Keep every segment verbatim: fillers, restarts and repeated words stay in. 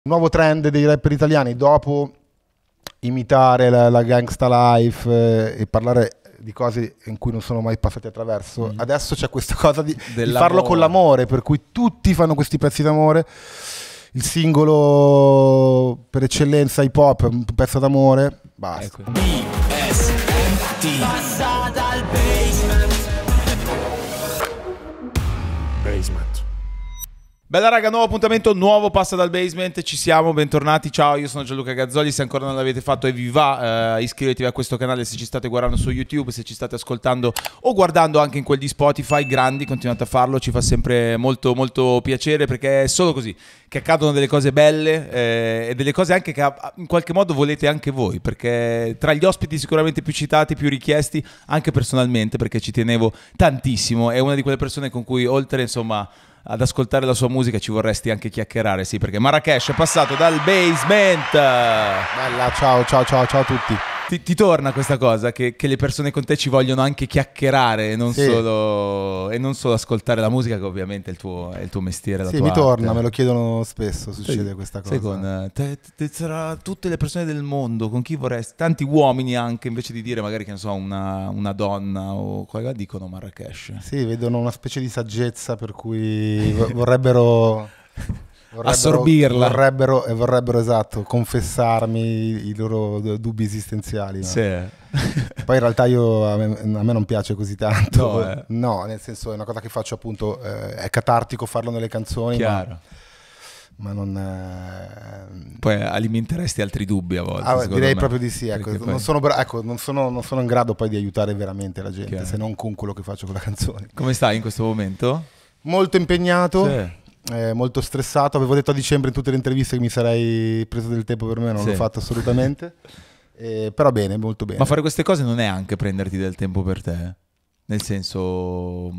Un nuovo trend dei rapper italiani, dopo imitare la, la gangsta life eh, e parlare di cose in cui non sono mai passati attraverso, mm. adesso c'è questa cosa di, di farlo con l'amore, per cui tutti fanno questi pezzi d'amore. Il singolo per eccellenza hip hop, un pezzo d'amore, basta. Ecco. B S M T Passa dal basement. Basement. Bella raga, nuovo appuntamento, nuovo Passa dal Basement, ci siamo, bentornati, ciao, io sono Gianluca Gazzoli, se ancora non l'avete fatto e vi va, eh, iscrivetevi a questo canale se ci state guardando su YouTube, se ci state ascoltando o guardando anche in quel di Spotify, grandi, continuate a farlo, ci fa sempre molto molto piacere perché è solo così che accadono delle cose belle eh, e delle cose anche che in qualche modo volete anche voi, perché tra gli ospiti sicuramente più citati, più richiesti, anche personalmente perché ci tenevo tantissimo, è una di quelle persone con cui oltre insomma ad ascoltare la sua musica ci vorresti anche chiacchierare, sì, perché Marracash è passato dal basement. Bella, ciao, ciao, ciao, ciao a tutti. Ti, ti torna questa cosa che, che le persone con te ci vogliono anche chiacchierare e non, sì. solo, e non solo ascoltare la musica, che ovviamente è il tuo, è il tuo mestiere, la sì, tua mi torna, arte. Me lo chiedono spesso, succede sai, questa cosa. Sai con te, te, tra tutte le persone del mondo, con chi vorresti, tanti uomini anche, invece di dire magari che ne so una, una donna o qualcosa, dicono Marracash. Sì, vedono una specie di saggezza per cui vorrebbero... Vorrebbero, assorbirla vorrebbero, e vorrebbero esatto confessarmi i loro dubbi esistenziali, no? Sì. Poi in realtà io a me, a me non piace così tanto, no, eh. no, nel senso è una cosa che faccio appunto, eh, è catartico farlo nelle canzoni, chiaro, ma, ma non eh... poi alimenteresti altri dubbi a volte, ah, direi me. proprio di sì, ecco. Poi... non, sono bra- ecco non, sono, non sono in grado poi di aiutare veramente la gente, chiaro, se non con quello che faccio con la canzone. Come stai in questo momento? Molto impegnato, sì. Eh, molto stressato. Avevo detto a dicembre in tutte le interviste che mi sarei preso del tempo per me, non sì. l'ho fatto assolutamente. eh, però bene, molto bene. Ma fare queste cose non è anche prenderti del tempo per te? Nel senso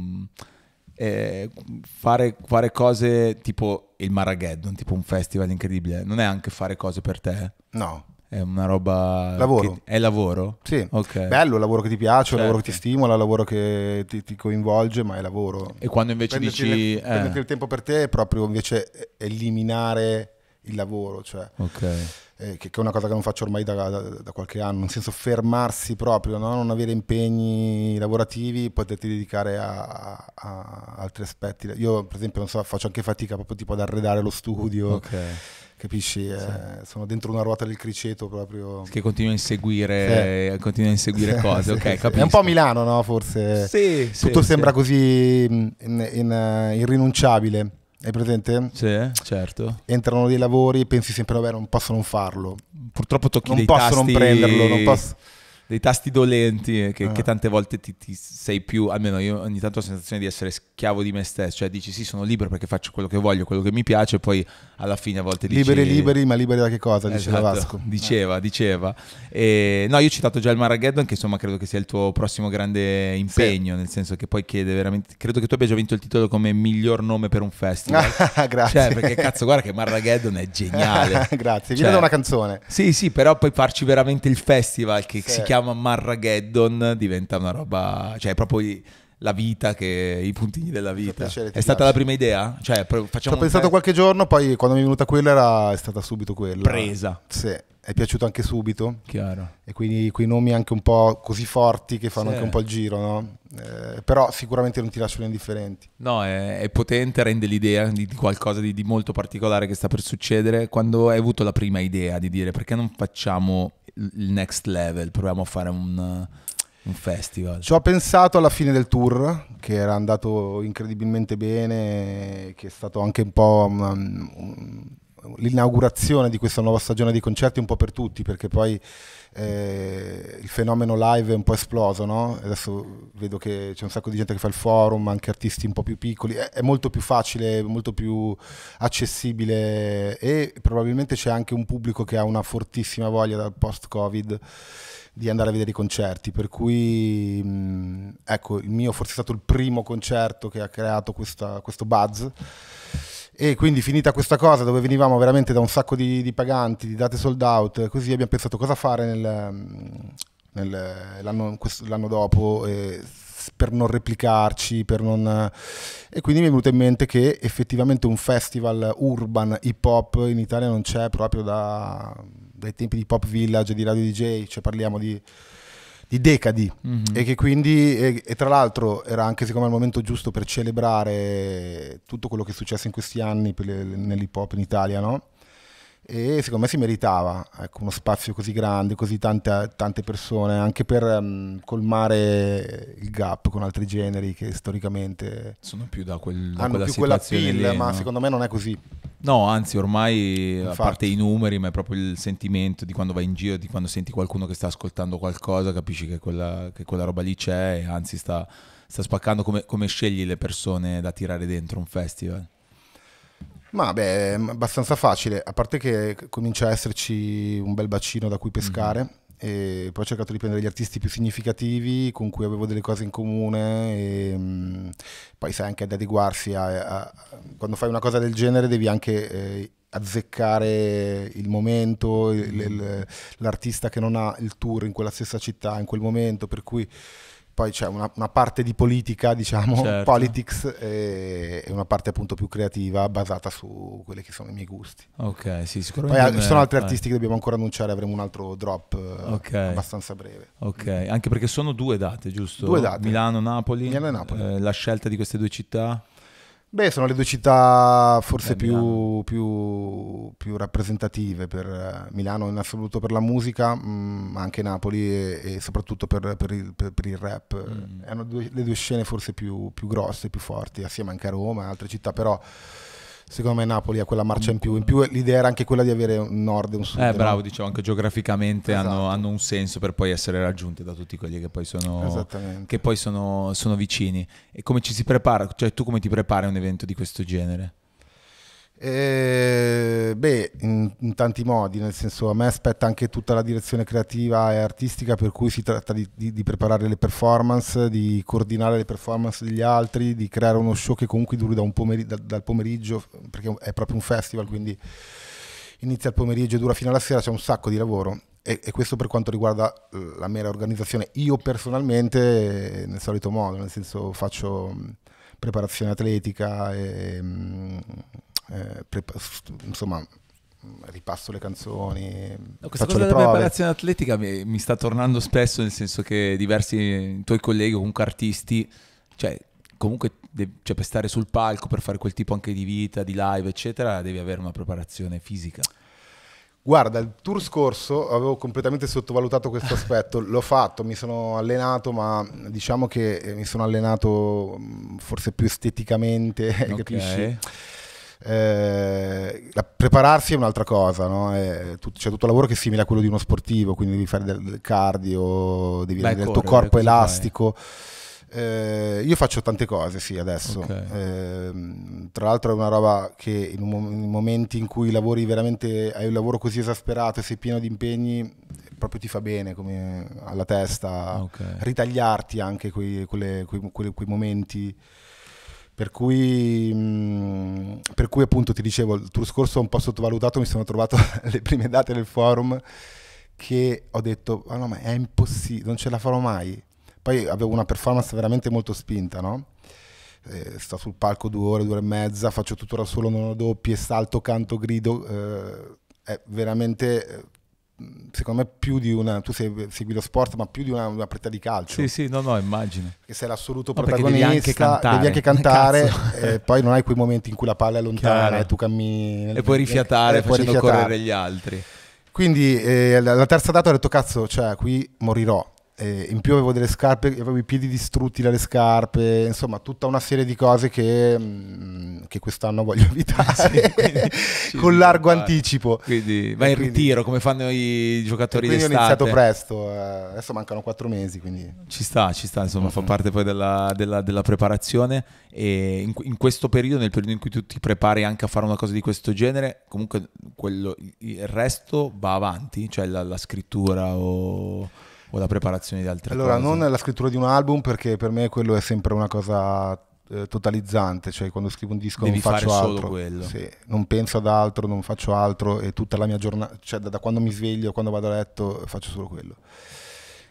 eh, fare, fare cose tipo il Marageddon, tipo un festival incredibile, non è anche fare cose per te? No. È una roba... Lavoro. Che... È lavoro? Sì. Okay. Bello, lavoro che ti piace, certo. Lavoro che ti stimola, lavoro che ti, ti coinvolge, ma è lavoro. E quando invece prenderti dici... Il, eh. Prenderti il tempo per te è proprio invece eliminare il lavoro, cioè... Ok. Eh, che, che è una cosa che non faccio ormai da, da, da qualche anno, nel senso fermarsi proprio, no? Non avere impegni lavorativi, poterti dedicare a, a, a altri aspetti. Io per esempio non so, faccio anche fatica proprio tipo ad arredare lo studio. Ok. Capisci? Eh, sì. Sono dentro una ruota del criceto proprio. Che continua a inseguire, sì. continua a inseguire sì, cose, sì, ok, capisco. È un po' Milano, no? Forse sì, tutto sì, sembra sì. così in, in, irrinunciabile. Hai presente? Sì, certo. Entrano dei lavori e pensi sempre, vabbè, non posso non farlo. Purtroppo tocchi non dei posso tasti... non prenderlo, non posso... dei tasti dolenti che, ah. che tante volte ti, ti sei più, almeno io ogni tanto ho la sensazione di essere schiavo di me stesso, cioè dici sì, sono libero perché faccio quello che voglio, quello che mi piace, e poi alla fine a volte dici liberi liberi, ma liberi da che cosa? Diceva esatto, Vasco. Diceva, diceva. E, no, io ho citato già il Marageddon, che insomma credo che sia il tuo prossimo grande impegno, sì. Nel senso che poi chiede veramente, credo che tu abbia già vinto il titolo come miglior nome per un festival. Grazie. Cioè, perché cazzo, guarda che Marageddon è geniale. Grazie, cioè, viene da una canzone. Sì, sì, però poi farci veramente il festival che sì. si chiama Marrageddon diventa una roba, cioè proprio la vita, che i puntini della vita. Piacere, è stata piace. La prima idea? Cioè, facciamo Ci ho pensato qualche giorno, poi quando mi è venuta quella era, è stata subito quella. Presa. Sì, è piaciuto anche subito. Chiaro. E quindi quei nomi anche un po' così forti che fanno sì. anche un po' il giro, no? Eh, però sicuramente non ti lasciano indifferenti. No, è, è potente, rende l'idea di, di qualcosa di, di molto particolare che sta per succedere. Quando hai avuto la prima idea di dire perché non facciamo il next level, proviamo a fare un... un festival. Ci ho pensato alla fine del tour, che era andato incredibilmente bene, che è stato anche un po' una, un, l'inaugurazione di questa nuova stagione di concerti un po' per tutti, perché poi eh, il fenomeno live è un po' esploso, no? Adesso vedo che c'è un sacco di gente che fa il forum, anche artisti un po' più piccoli, è, è molto più facile, molto più accessibile, e probabilmente c'è anche un pubblico che ha una fortissima voglia dal post-Covid di andare a vedere i concerti, per cui mh, ecco, il mio forse è stato il primo concerto che ha creato questa, questo buzz, e quindi finita questa cosa dove venivamo veramente da un sacco di, di paganti, di date sold out, così abbiamo pensato cosa fare nel, nel, l'anno, questo, l'anno dopo, e per non replicarci, per non... E quindi mi è venuto in mente che effettivamente un festival urban hip hop in Italia non c'è proprio da, dai tempi di Pop Village e di Radio D J, cioè parliamo di, di decadi, mm-hmm. e che quindi, e, e tra l'altro era anche secondo me il momento giusto per celebrare tutto quello che è successo in questi anni per le, nell'hip hop in Italia, no? E secondo me si meritava, ecco, uno spazio così grande, così tante, tante persone, anche per um, colmare il gap con altri generi che storicamente sono più da, quel, da hanno quella più quella situazione pill, lì, ma no? secondo me non è così. No, anzi ormai, Infatti. A parte i numeri, ma è proprio il sentimento di quando vai in giro, di quando senti qualcuno che sta ascoltando qualcosa, capisci che quella, che quella roba lì c'è, e anzi sta, sta spaccando. Come, come scegli le persone da tirare dentro un festival? Ma beh, è abbastanza facile, a parte che comincia a esserci un bel bacino da cui pescare, mm-hmm. e poi ho cercato di prendere gli artisti più significativi con cui avevo delle cose in comune, e mh, poi sai anche ad adeguarsi a, a, a quando fai una cosa del genere devi anche eh, azzeccare il momento, il, il, l'artista che non ha il tour in quella stessa città in quel momento, per cui poi c'è una, una parte di politica, diciamo, certo. politics, e, e una parte appunto più creativa basata su quelli che sono i miei gusti. Ok, sì, sicuramente. Poi ci sono altri fai. artisti che dobbiamo ancora annunciare, avremo un altro drop okay. abbastanza breve. Ok, anche perché sono due date, giusto? Due date. Milano-Napoli. Milano e Napoli. Eh, la scelta di queste due città? Beh, sono le due città forse più, più, più rappresentative per Milano in assoluto per la musica, ma anche Napoli e, e soprattutto per, per, il, per, per il rap. Mm. Hanno due, le due scene forse più, più grosse, più forti, assieme anche a Roma e altre città, però secondo me Napoli ha quella marcia in più. In più l'idea era anche quella di avere un nord e un sud. Eh, bravo, no? Dicevo, anche geograficamente esatto. hanno, hanno un senso per poi essere raggiunte da tutti quelli che poi sono, che poi sono, sono vicini. E come ci si prepara? Cioè, tu come ti prepari a un evento di questo genere? Eh, beh, in, in tanti modi, nel senso, a me aspetta anche tutta la direzione creativa e artistica, per cui si tratta di, di, di preparare le performance, di coordinare le performance degli altri, di creare uno show che comunque duri da un pomeri- da, dal pomeriggio, perché è proprio un festival, quindi inizia il pomeriggio e dura fino alla sera, c'è un sacco di lavoro. E, e questo per quanto riguarda la mera organizzazione. Io personalmente nel solito modo, nel senso faccio preparazione atletica e Eh, prepa- insomma ripasso le canzoni, no, questa faccio cosa le della prove. Preparazione atletica mi, mi sta tornando spesso, nel senso che diversi tuoi colleghi o comunque artisti, cioè comunque de- cioè, per stare sul palco, per fare quel tipo anche di vita, di live eccetera, devi avere una preparazione fisica. Guarda, il tour scorso avevo completamente sottovalutato questo aspetto, l'ho fatto, mi sono allenato, ma diciamo che mi sono allenato forse più esteticamente, okay. Capisci? Eh, la, prepararsi è un'altra cosa, no? È tut, c'è tutto il lavoro che è simile a quello di uno sportivo, quindi devi fare del, del cardio, devi avere il tuo corpo elastico. Eh, io faccio tante cose, sì, adesso. Okay. Eh, tra l'altro è una roba che in, un, in momenti in cui lavori veramente, hai un lavoro così esasperato e sei pieno di impegni, proprio ti fa bene come alla testa, okay. Ritagliarti anche quei, quelle, quei, quei, quei momenti. Per cui, mh, per cui appunto ti dicevo, il tour scorso ho un po' sottovalutato, mi sono trovato le prime date del forum che ho detto, ah no, ma è impossibile, non ce la farò mai. Poi avevo una performance veramente molto spinta, no? Eh, sto sul palco due ore, due ore e mezza, faccio tutto da solo, non ho doppie, salto, canto, grido, eh, è veramente... secondo me più di una, tu segui, segui lo sport, ma più di una, una partita di calcio. Sì, sì, no, no, immagino. Che sei l'assoluto no, protagonista, devi anche cantare, devi anche cantare e poi non hai quei momenti in cui la palla è lontana. Chiaro. E tu cammini nel, e puoi rifiatare e facendo puoi rifiatare. correre gli altri. Quindi eh, la terza data ho detto cazzo, cioè qui morirò. E in più avevo delle scarpe, avevo i piedi distrutti dalle scarpe, insomma tutta una serie di cose che, mh, che quest'anno voglio evitare. Sì, quindi, con largo anticipo. Quindi vai in quindi, ritiro come fanno i giocatori quindi d'estate. Quindi ho iniziato presto, eh, adesso mancano quattro mesi. Quindi. Ci sta, ci sta, insomma, mm-hmm. fa parte poi della, della, della preparazione. E in, in questo periodo, nel periodo in cui tu ti prepari anche a fare una cosa di questo genere, comunque quello, il resto va avanti, cioè la, la scrittura o... o la preparazione di altre allora, cose? Allora, non la scrittura di un album, perché per me quello è sempre una cosa eh, totalizzante, cioè quando scrivo un disco devi non faccio fare altro. Solo quello. Sì, non penso ad altro, non faccio altro e tutta la mia giornata, cioè da, da quando mi sveglio, quando vado a letto, faccio solo quello.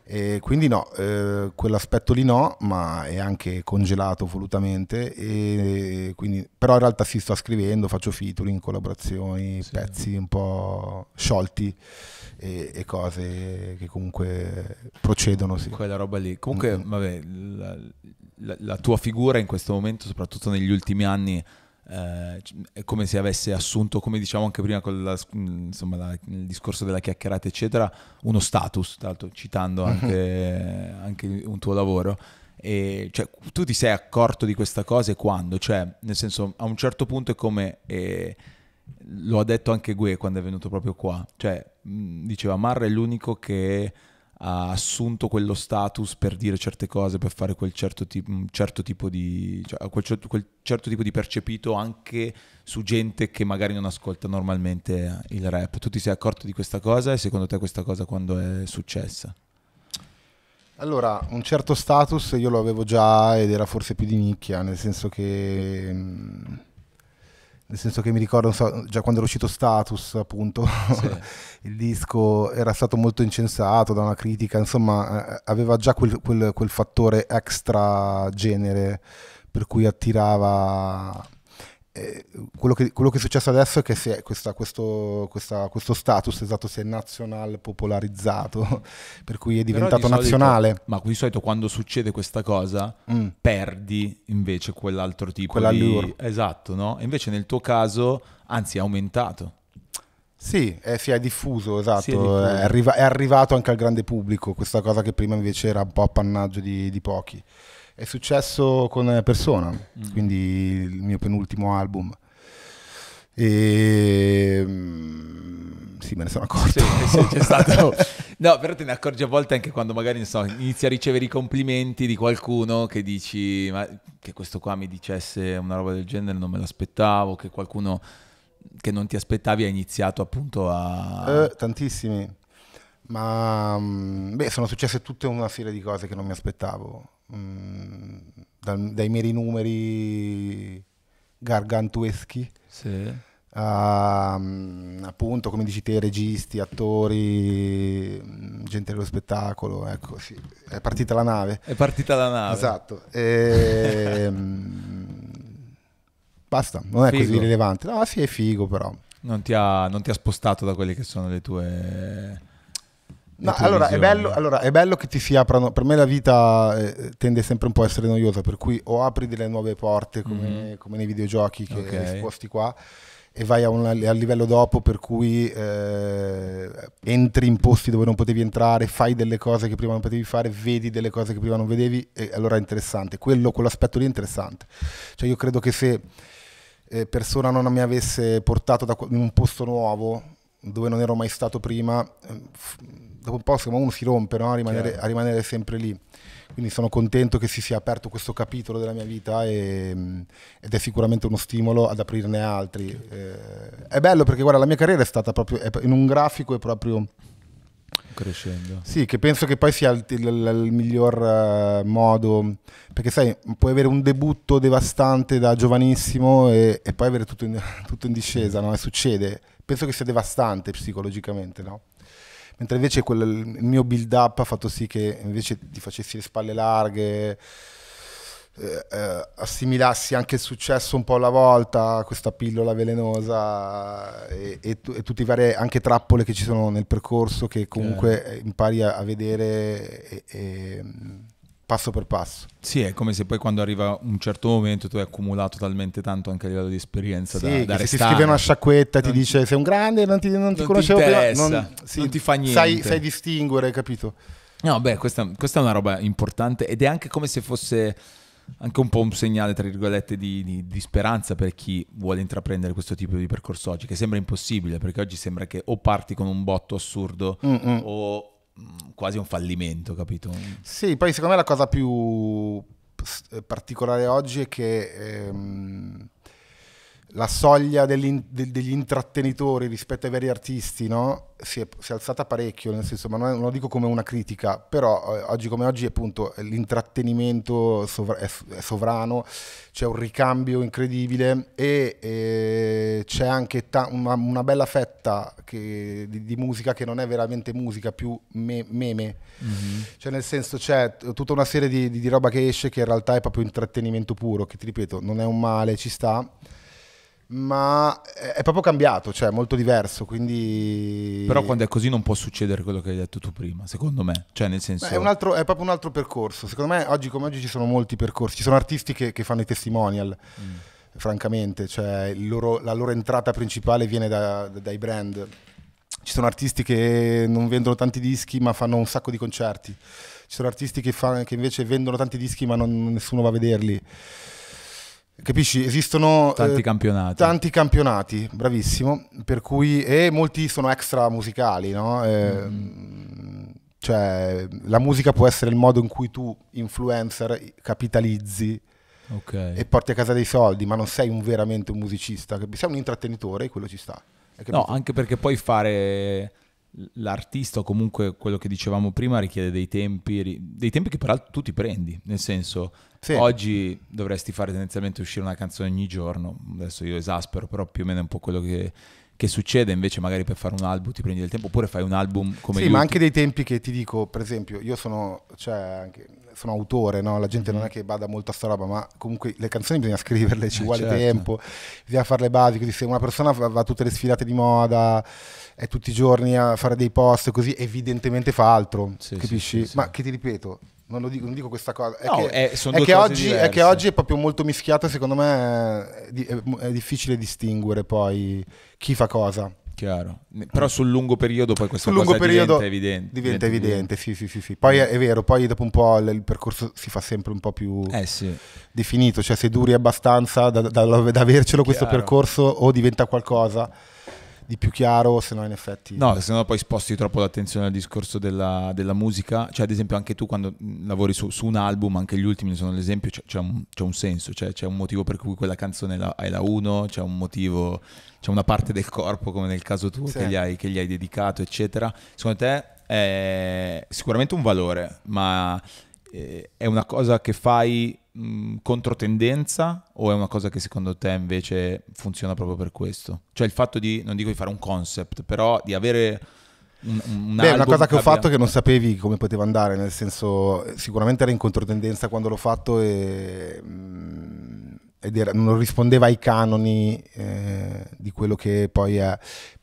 E quindi no, eh, quell'aspetto lì no, ma è anche congelato volutamente, e quindi, però in realtà si sta scrivendo, faccio featuring, collaborazioni, Sì. pezzi un po' sciolti e, e cose che comunque procedono, sì. Quella roba lì. Comunque, Mm-mm. vabbè, la, la- la tua figura in questo momento, soprattutto negli ultimi anni, eh, è come se avesse assunto, come diciamo anche prima con la- insomma, la- il discorso della chiacchierata, eccetera, uno status, tra l'altro citando anche, anche un tuo lavoro. E, cioè, tu ti sei accorto di questa cosa e quando? Cioè, nel senso, a un certo punto è come... eh, lo ha detto anche Gue quando è venuto proprio qua. Cioè, mh, diceva, Marra è l'unico che ha assunto quello status per dire certe cose, per fare quel certo, ti- un certo tipo di cioè, quel, cer- quel certo tipo di percepito anche su gente che magari non ascolta normalmente il rap. Tu ti sei accorto di questa cosa e secondo te questa cosa quando è successa? Allora, un certo status io lo avevo già ed era forse più di nicchia, nel senso che, mm, nel senso che mi ricordo, non so, già quando era uscito Status, appunto, Sì. il disco era stato molto incensato da una critica, insomma, eh, aveva già quel, quel- quel fattore extra genere per cui attirava. eh, quello, che, quello che è successo adesso è che si è questa- questo, questa- questo status, esatto, si è nazional popolarizzato, per cui è Però diventato di solito- nazionale. Ma di solito quando succede questa cosa Mm. perdi invece quell'altro tipo Quell'allure. di... Esatto, no? E invece nel tuo caso, anzi, è aumentato. Sì, eh, si è diffuso, Si è esatto, diffuso. è, arriva- è arrivato anche al grande pubblico, questa cosa che prima invece era un po' appannaggio di, di pochi. È successo con Persona, Mm. quindi il mio penultimo album. E mm, sì, me ne sono accorto. Sì, sì, c'è stato. No, però te ne accorgi a volte anche quando magari non so, inizi a ricevere i complimenti di qualcuno che dici ma che questo qua mi dicesse una roba del genere non me l'aspettavo, che qualcuno che non ti aspettavi ha iniziato appunto a... Eh, tantissimi, ma mm, beh, sono successe tutta una serie di cose che non mi aspettavo. Mm, dal- dai meri numeri gargantueschi Sì. a, mm, appunto, come dici te, registi, attori, mm, gente dello spettacolo, ecco, sì, è partita la nave. È partita la nave. Esatto. Ehm, basta, non è così Figo. rilevante. No, sì, è figo però. Non ti ha, non ti ha spostato da quelle che sono le tue... le No, tue allora è, visioni. bello, allora è bello che ti si aprano. Per me la vita eh, tende sempre un po' a essere noiosa, per cui o apri delle nuove porte come, Mhm. come nei videogiochi che Ok. esposti qua, e vai a un, al livello dopo, per cui eh, entri in posti dove non potevi entrare, fai delle cose che prima non potevi fare, vedi delle cose che prima non vedevi, e allora è interessante. Quello, quell'aspetto lì è interessante. Cioè io credo che se eh, Persona non mi avesse portato da, in un posto nuovo dove non ero mai stato prima, eh, f- dopo un po' insomma, uno si rompe, no? a, rimanere, Chiaro. a rimanere sempre lì. Quindi sono contento che si sia aperto questo capitolo della mia vita, e, mh, ed è sicuramente uno stimolo ad aprirne altri. Eh, è bello perché guarda, la mia carriera è stata proprio è, in un grafico, è proprio Crescendo. sì, che penso che poi sia il, il- il miglior eh, modo, perché sai, puoi avere un debutto devastante da giovanissimo e, e poi avere tutto in, tutto in discesa, no? E succede, penso che sia devastante psicologicamente, no? Mentre invece quel, il mio build up ha fatto sì che invece ti facessi le spalle larghe, eh, eh, assimilassi anche il successo un po' alla volta, questa pillola velenosa, e, e tu- e tutte le varie anche trappole che ci sono nel percorso, che comunque eh, impari a, a vedere e- e, mm, passo per passo. Sì, è come se poi quando arriva un certo momento tu hai accumulato talmente tanto anche a livello di esperienza Sì, da, che da se ti restare. scrive una sciacquetta e ti Non- dice sei un grande, non ti, non ti non ti conoscevo prima, interessa, non ti fa niente. Sai, sai distinguere, capito? No, beh, questa, questa è una roba importante ed è anche come se fosse anche un po' un segnale, tra virgolette, di, di- di speranza per chi vuole intraprendere questo tipo di percorso oggi, che sembra impossibile, perché oggi sembra che o parti con un botto assurdo Mm-mm. o mm, quasi un fallimento, capito? Sì, poi secondo me la cosa più s- particolare oggi è che ehm, la soglia degli, degli intrattenitori rispetto ai veri artisti, no? si, è, si è alzata parecchio, nel senso, ma non, è, non lo dico come una critica, però eh, oggi come oggi appunto l'intrattenimento sovra- è, è sovrano, c'è un ricambio incredibile e, e c'è anche ta- una, una bella fetta che, di, di musica che non è veramente musica, più me- meme, mm-hmm. Cioè nel senso c'è t- tutta una serie di, di, di roba che esce che in realtà è proprio intrattenimento puro, che ti ripeto non è un male, ci sta, ma è proprio cambiato, cioè molto diverso, quindi... Però quando è così non può succedere quello che hai detto tu prima, secondo me, cioè nel senso... Beh, è, un altro, è proprio un altro percorso, secondo me oggi come oggi ci sono molti percorsi, ci sono artisti che, che fanno i testimonial, mm. francamente, cioè il loro, la loro entrata principale viene da, da, dai brand, ci sono artisti che non vendono tanti dischi ma fanno un sacco di concerti, ci sono artisti che, fa, che invece vendono tanti dischi ma non, nessuno va a vederli. Capisci? Esistono tanti eh, campionati. Tanti campionati, bravissimo, per cui e molti sono extra musicali, no? Eh, mm. Cioè la musica può essere il modo in cui tu influencer capitalizzi, okay. E porti a casa dei soldi, ma non sei un, veramente un musicista, sei un intrattenitore e quello ci sta. No, anche perché poi fare l'artista o comunque quello che dicevamo prima richiede dei tempi, dei tempi che peraltro tu ti prendi, nel senso sì. Oggi dovresti fare tendenzialmente uscire una canzone ogni giorno, adesso io esaspero, però più o meno è un po' quello che, che succede, invece magari per fare un album ti prendi del tempo, oppure fai un album come sì, ma anche dei tempi che ti dico, per esempio io sono, cioè, anche, sono autore, no? La gente mm. non è che bada molto a sta roba, ma comunque le canzoni bisogna scriverle, ci eh, vuole certo. tempo, bisogna fare le basi, così se una persona va, va a tutte le sfilate di moda, è tutti i giorni a fare dei post così, evidentemente fa altro, sì, capisci? Sì, sì, ma sì. Che ti ripeto, non, lo dico, non dico questa cosa, è, no, che, è, sono è, due che cose oggi, è che oggi è proprio molto mischiato, secondo me è, è, è difficile distinguere poi chi fa cosa. Chiaro, però sul lungo periodo poi questa sul cosa lungo periodo diventa evidente. Diventa, diventa evidente, evidente, sì, sì, sì, sì. Poi è, è vero, poi dopo un po' il, il percorso si fa sempre un po' più eh sì. definito, cioè se duri abbastanza da, da, da avercelo questo percorso o diventa qualcosa di più chiaro, se no in effetti... No, se no poi sposti troppo l'attenzione al discorso della, della musica, cioè ad esempio anche tu quando lavori su, su un album, anche gli ultimi sono l'esempio, c'è, c'è, un, c'è un senso, cioè, c'è un motivo per cui quella canzone la, è la uno, c'è un motivo, c'è una parte del corpo come nel caso tuo sì. che, gli hai, che gli hai dedicato, eccetera. Secondo te è sicuramente un valore, ma è una cosa che fai mh, controtendenza o è una cosa che secondo te invece funziona proprio per questo? Cioè il fatto di, non dico di fare un concept, però di avere un, un Beh, album... Beh, una cosa che ho fatto è che non sapevi come poteva andare, nel senso sicuramente era in controtendenza quando l'ho fatto e, mh, ed era, non rispondeva ai canoni eh, di quello che poi è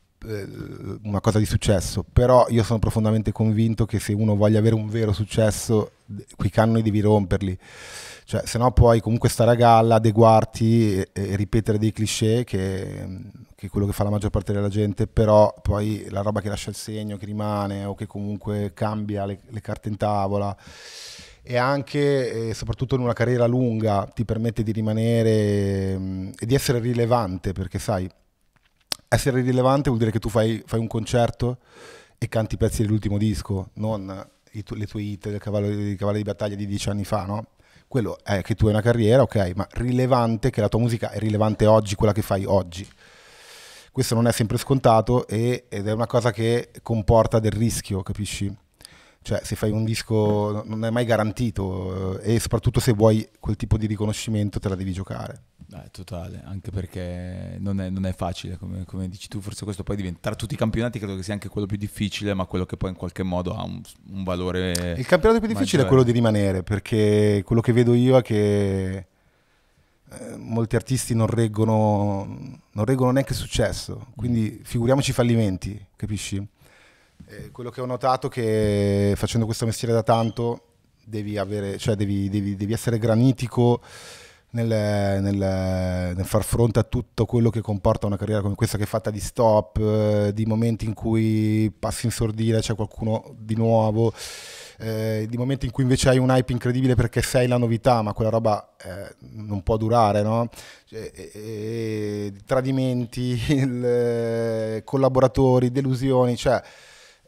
una cosa di successo, però io sono profondamente convinto che se uno voglia avere un vero successo quei canoni devi romperli, cioè se no puoi comunque stare a galla, adeguarti e, e ripetere dei cliché che, che è quello che fa la maggior parte della gente, però poi la roba che lascia il segno, che rimane o che comunque cambia le, le carte in tavola e anche e soprattutto in una carriera lunga ti permette di rimanere mh, e di essere rilevante, perché sai, essere rilevante vuol dire che tu fai, fai un concerto e canti i pezzi dell'ultimo disco, non i tu, le tue hit del cavallo, del cavallo di battaglia di dieci anni fa, no? Quello è che tu hai una carriera, ok, ma rilevante, che la tua musica è rilevante oggi, quella che fai oggi. Questo non è sempre scontato e, ed è una cosa che comporta del rischio, capisci? Cioè se fai un disco non è mai garantito eh, e soprattutto se vuoi quel tipo di riconoscimento te la devi giocare. Eh, totale, anche perché non è, non è facile, come, come dici tu, forse questo poi diventa, tra tutti i campionati credo che sia anche quello più difficile, ma quello che poi in qualche modo ha un, un valore. Il campionato più difficile maggiore è quello di rimanere, perché quello che vedo io è che eh, molti artisti non reggono, non reggono neanche il successo, quindi figuriamoci i fallimenti, capisci? Eh, quello che ho notato è che facendo questo mestiere da tanto devi, avere, cioè devi, devi, devi essere granitico nel, nel, nel far fronte a tutto quello che comporta una carriera come questa, che è fatta di stop, eh, di momenti in cui passi in sordina, c'è qualcuno di nuovo, eh, di momenti in cui invece hai un hype incredibile perché sei la novità, ma quella roba eh, non può durare, no? Cioè, e, e, tradimenti, il, collaboratori, delusioni, cioè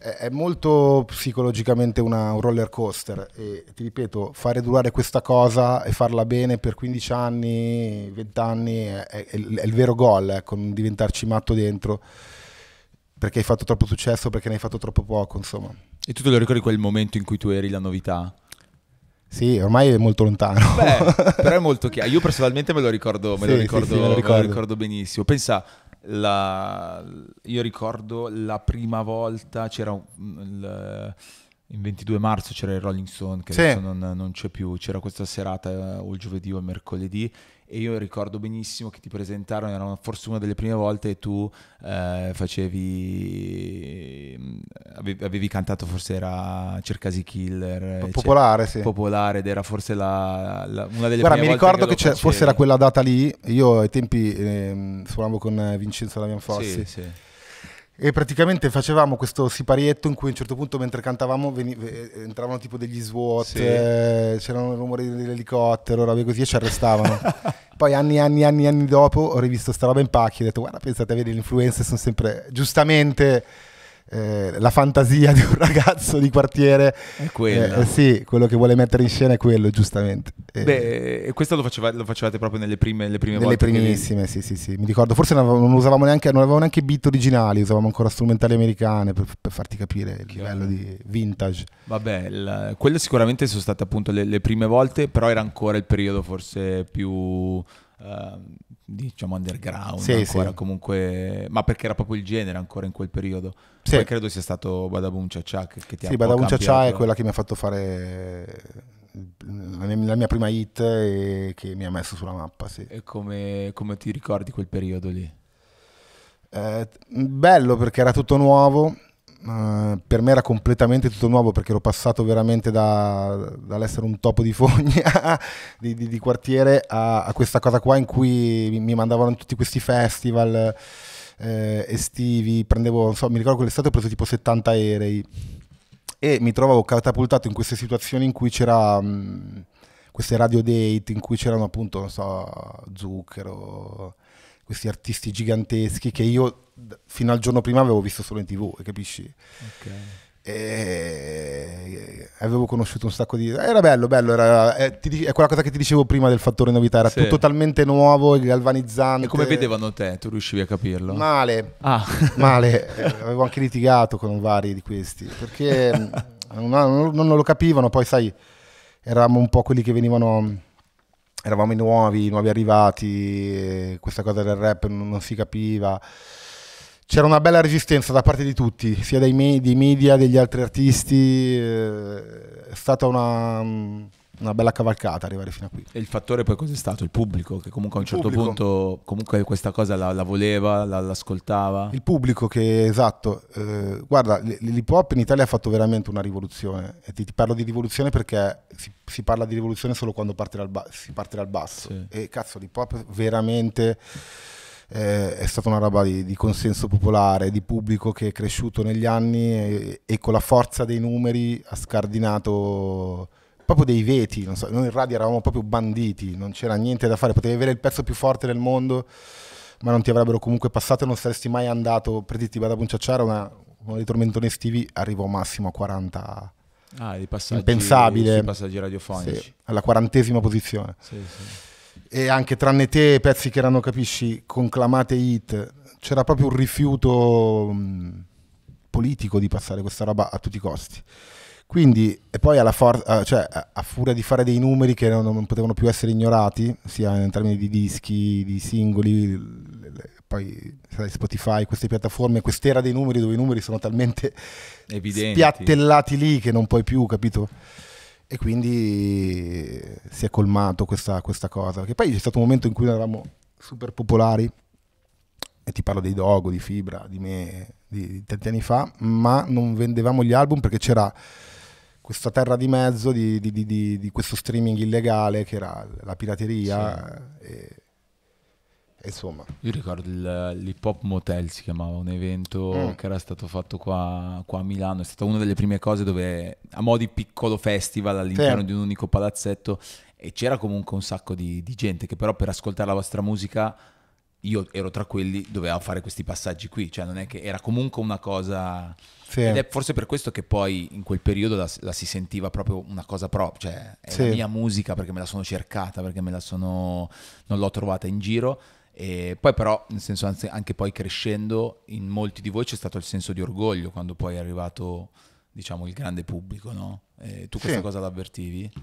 è molto psicologicamente una, un roller coaster e ti ripeto, fare durare questa cosa e farla bene per quindici anni, venti anni è, è, è il vero gol, ecco, non diventarci matto dentro perché hai fatto troppo successo, perché ne hai fatto troppo poco, insomma. E tu te lo ricordi quel momento in cui tu eri la novità? Sì, ormai è molto lontano. Beh, però è molto chiaro. Io personalmente me lo ricordo, me sì, lo ricordo, sì, sì, me lo ricordo. me lo ricordo benissimo. Pensa, la, io ricordo la prima volta, c'era un, il, il ventidue marzo c'era il Rolling Stone, che sì. adesso non, non c'è più, c'era questa serata o il giovedì o il mercoledì, e io ricordo benissimo che ti presentarono, era forse una delle prime volte, e tu eh, facevi, avevi, avevi cantato, forse era Cercasi Killer, popolare, cioè, sì. popolare, ed era forse la, la, una delle Guarda, prime mi volte ricordo che, che, che forse era quella data lì, io ai tempi eh, suonavo con Vincenzo Damian Fossi. Sì, sì. E praticamente facevamo questo siparietto in cui a un certo punto mentre cantavamo veni- entravano tipo degli SWAT, sì. eh, c'erano rumori dell'elicottero, robe così, e ci arrestavano. Poi anni e anni e anni, anni dopo ho rivisto sta roba in pacchi e ho detto guarda, pensate, vedi, le influenze sono sempre giustamente eh, la fantasia di un ragazzo di quartiere è quella. Eh, eh, sì, quello che vuole mettere in scena è quello, giustamente. Eh, Beh, e questo lo, faceva, lo facevate proprio nelle prime, le prime nelle volte? Nelle primissime, sì, sì, sì. Mi ricordo, forse non, avevamo, non usavamo neanche, non avevamo neanche beat originali, usavamo ancora strumentali americane per, per farti capire il Chiaro. livello di vintage. Vabbè, la, quelle sicuramente sono state appunto le, le prime volte, però era ancora il periodo forse più... Uh, diciamo underground, sì, ancora sì. comunque, ma perché era proprio il genere ancora in quel periodo. Sì. Poi credo sia stato Badaboom Cha Cha che, che ti sì, ha Badaboom Cha Cha è cambiato. quella che mi ha fatto fare la mia, la mia prima hit e che mi ha messo sulla mappa, sì. E come, come ti ricordi quel periodo lì? Eh, bello perché era tutto nuovo. Uh, per me era completamente tutto nuovo perché ero passato veramente da, dall'essere un topo di fogna di, di, di quartiere a, a questa cosa qua in cui mi, mi mandavano in tutti questi festival eh, estivi, prendevo, non so, mi ricordo quell'estate ho preso tipo settanta aerei e mi trovavo catapultato in queste situazioni in cui c'era mh, queste radio date in cui c'erano appunto, non so, Zucchero, questi artisti giganteschi che io fino al giorno prima avevo visto solo in tv, capisci? Okay. E avevo conosciuto un sacco di... Era bello, bello, era... è, ti, è quella cosa che ti dicevo prima del fattore novità, era sì. tutto talmente nuovo e galvanizzante. E come vedevano te? Tu riuscivi a capirlo? Male, ah. male, avevo anche litigato con vari di questi, perché non, non, non lo capivano, poi sai, eravamo un po' quelli che venivano... Eravamo i nuovi, i nuovi arrivati, questa cosa del rap non, non si capiva. C'era una bella resistenza da parte di tutti, sia dai media, media degli altri artisti. È stata una, una bella cavalcata arrivare fino a qui. E il fattore poi cos'è stato? Il pubblico, che comunque a un certo punto comunque questa cosa la, la voleva, la, l'ascoltava? Il pubblico che, esatto. Eh, guarda, l'hip hop in Italia ha fatto veramente una rivoluzione. E ti, ti parlo di rivoluzione perché si, si parla di rivoluzione solo quando parte dal ba- si parte dal basso. Sì. E cazzo, l'hip hop veramente... Eh, è stata una roba di, di consenso popolare, di pubblico che è cresciuto negli anni e, e con la forza dei numeri ha scardinato proprio dei veti. Non so, noi in radio eravamo proprio banditi, non c'era niente da fare, potevi avere il pezzo più forte del mondo ma non ti avrebbero comunque passato e non saresti mai andato. Per dirti, Badaboom Cha Cha, una, uno dei tormentoni estivi, arrivò massimo a quaranta. Ah, di passaggi, impensabile, sì, passaggi radiofonici, sì, alla quarantesima posizione. Sì, sì. E anche Tranne te, pezzi che erano, capisci, conclamate hit, c'era proprio un rifiuto mh, politico di passare questa roba a tutti i costi. Quindi, e poi alla for- cioè, a furia di fare dei numeri che non, non potevano più essere ignorati, sia in termini di dischi, di singoli, poi sai, Spotify, queste piattaforme, quest'era dei numeri dove i numeri sono talmente evidenti, spiattellati lì che non puoi più, capito? E quindi si è colmato questa, questa cosa. Che poi c'è stato un momento in cui eravamo super popolari, e ti parlo dei Dogo, di Fibra, di me, di, di tanti anni fa, ma non vendevamo gli album perché c'era questa terra di mezzo di, di, di, di, di questo streaming illegale che era la pirateria. Sì. E, e insomma. Io ricordo il, l'Hip Hop Motel, si chiamava, un evento mm. che era stato fatto qua, qua a Milano. È stata una delle prime cose dove, a mo' di piccolo festival all'interno sì. di un unico palazzetto, e c'era comunque un sacco di, di gente che però per ascoltare la vostra musica io ero tra quelli, doveva fare questi passaggi qui, cioè non è che era comunque una cosa... Sì. Ed è forse per questo che poi in quel periodo la, la si sentiva proprio una cosa propria, cioè è Sì. la mia musica perché me la sono cercata, perché me la sono... non l'ho trovata in giro. E poi però, nel senso, anzi, anche poi crescendo, in molti di voi c'è stato il senso di orgoglio quando poi è arrivato, diciamo, il grande pubblico, no? E tu questa Sì. cosa l'avvertivi?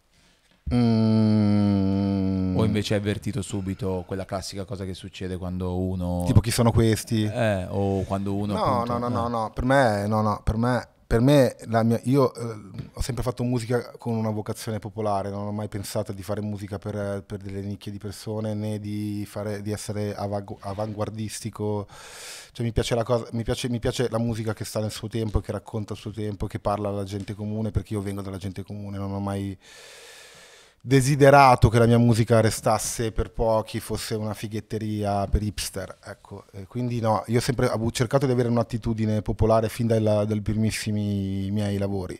Mm. O invece hai avvertito subito quella classica cosa che succede quando uno... Tipo chi sono questi? Eh, o quando uno... No, appunto, no, no, no, eh. no, per me, no, no, per me, per me la mia, io eh, ho sempre fatto musica con una vocazione popolare, non ho mai pensato di fare musica per, per delle nicchie di persone, né di, fare, di essere avangu- avanguardistico. Cioè mi piace la cosa, mi piace, mi piace la musica che sta nel suo tempo, che racconta il suo tempo, che parla alla gente comune, perché io vengo dalla gente comune, non ho mai desiderato che la mia musica restasse per pochi, fosse una fighetteria per hipster, ecco. E quindi no, io ho sempre avuto, cercato di avere un'attitudine popolare fin dai, dai primissimi miei lavori.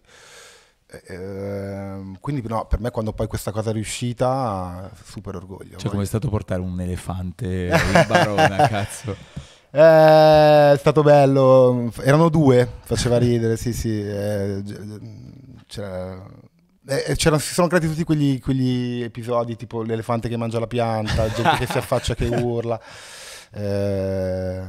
Eh, quindi no, per me quando poi questa cosa è riuscita, super orgoglio. Cioè, come è stato portare un elefante in Eh. Barona, cazzo? Eh, è stato bello, erano due, faceva ridere, sì sì. Eh, c'era... Eh, c'erano, si sono creati tutti quegli, quegli episodi tipo l'elefante che mangia la pianta, gente che si affaccia, che urla. Eh...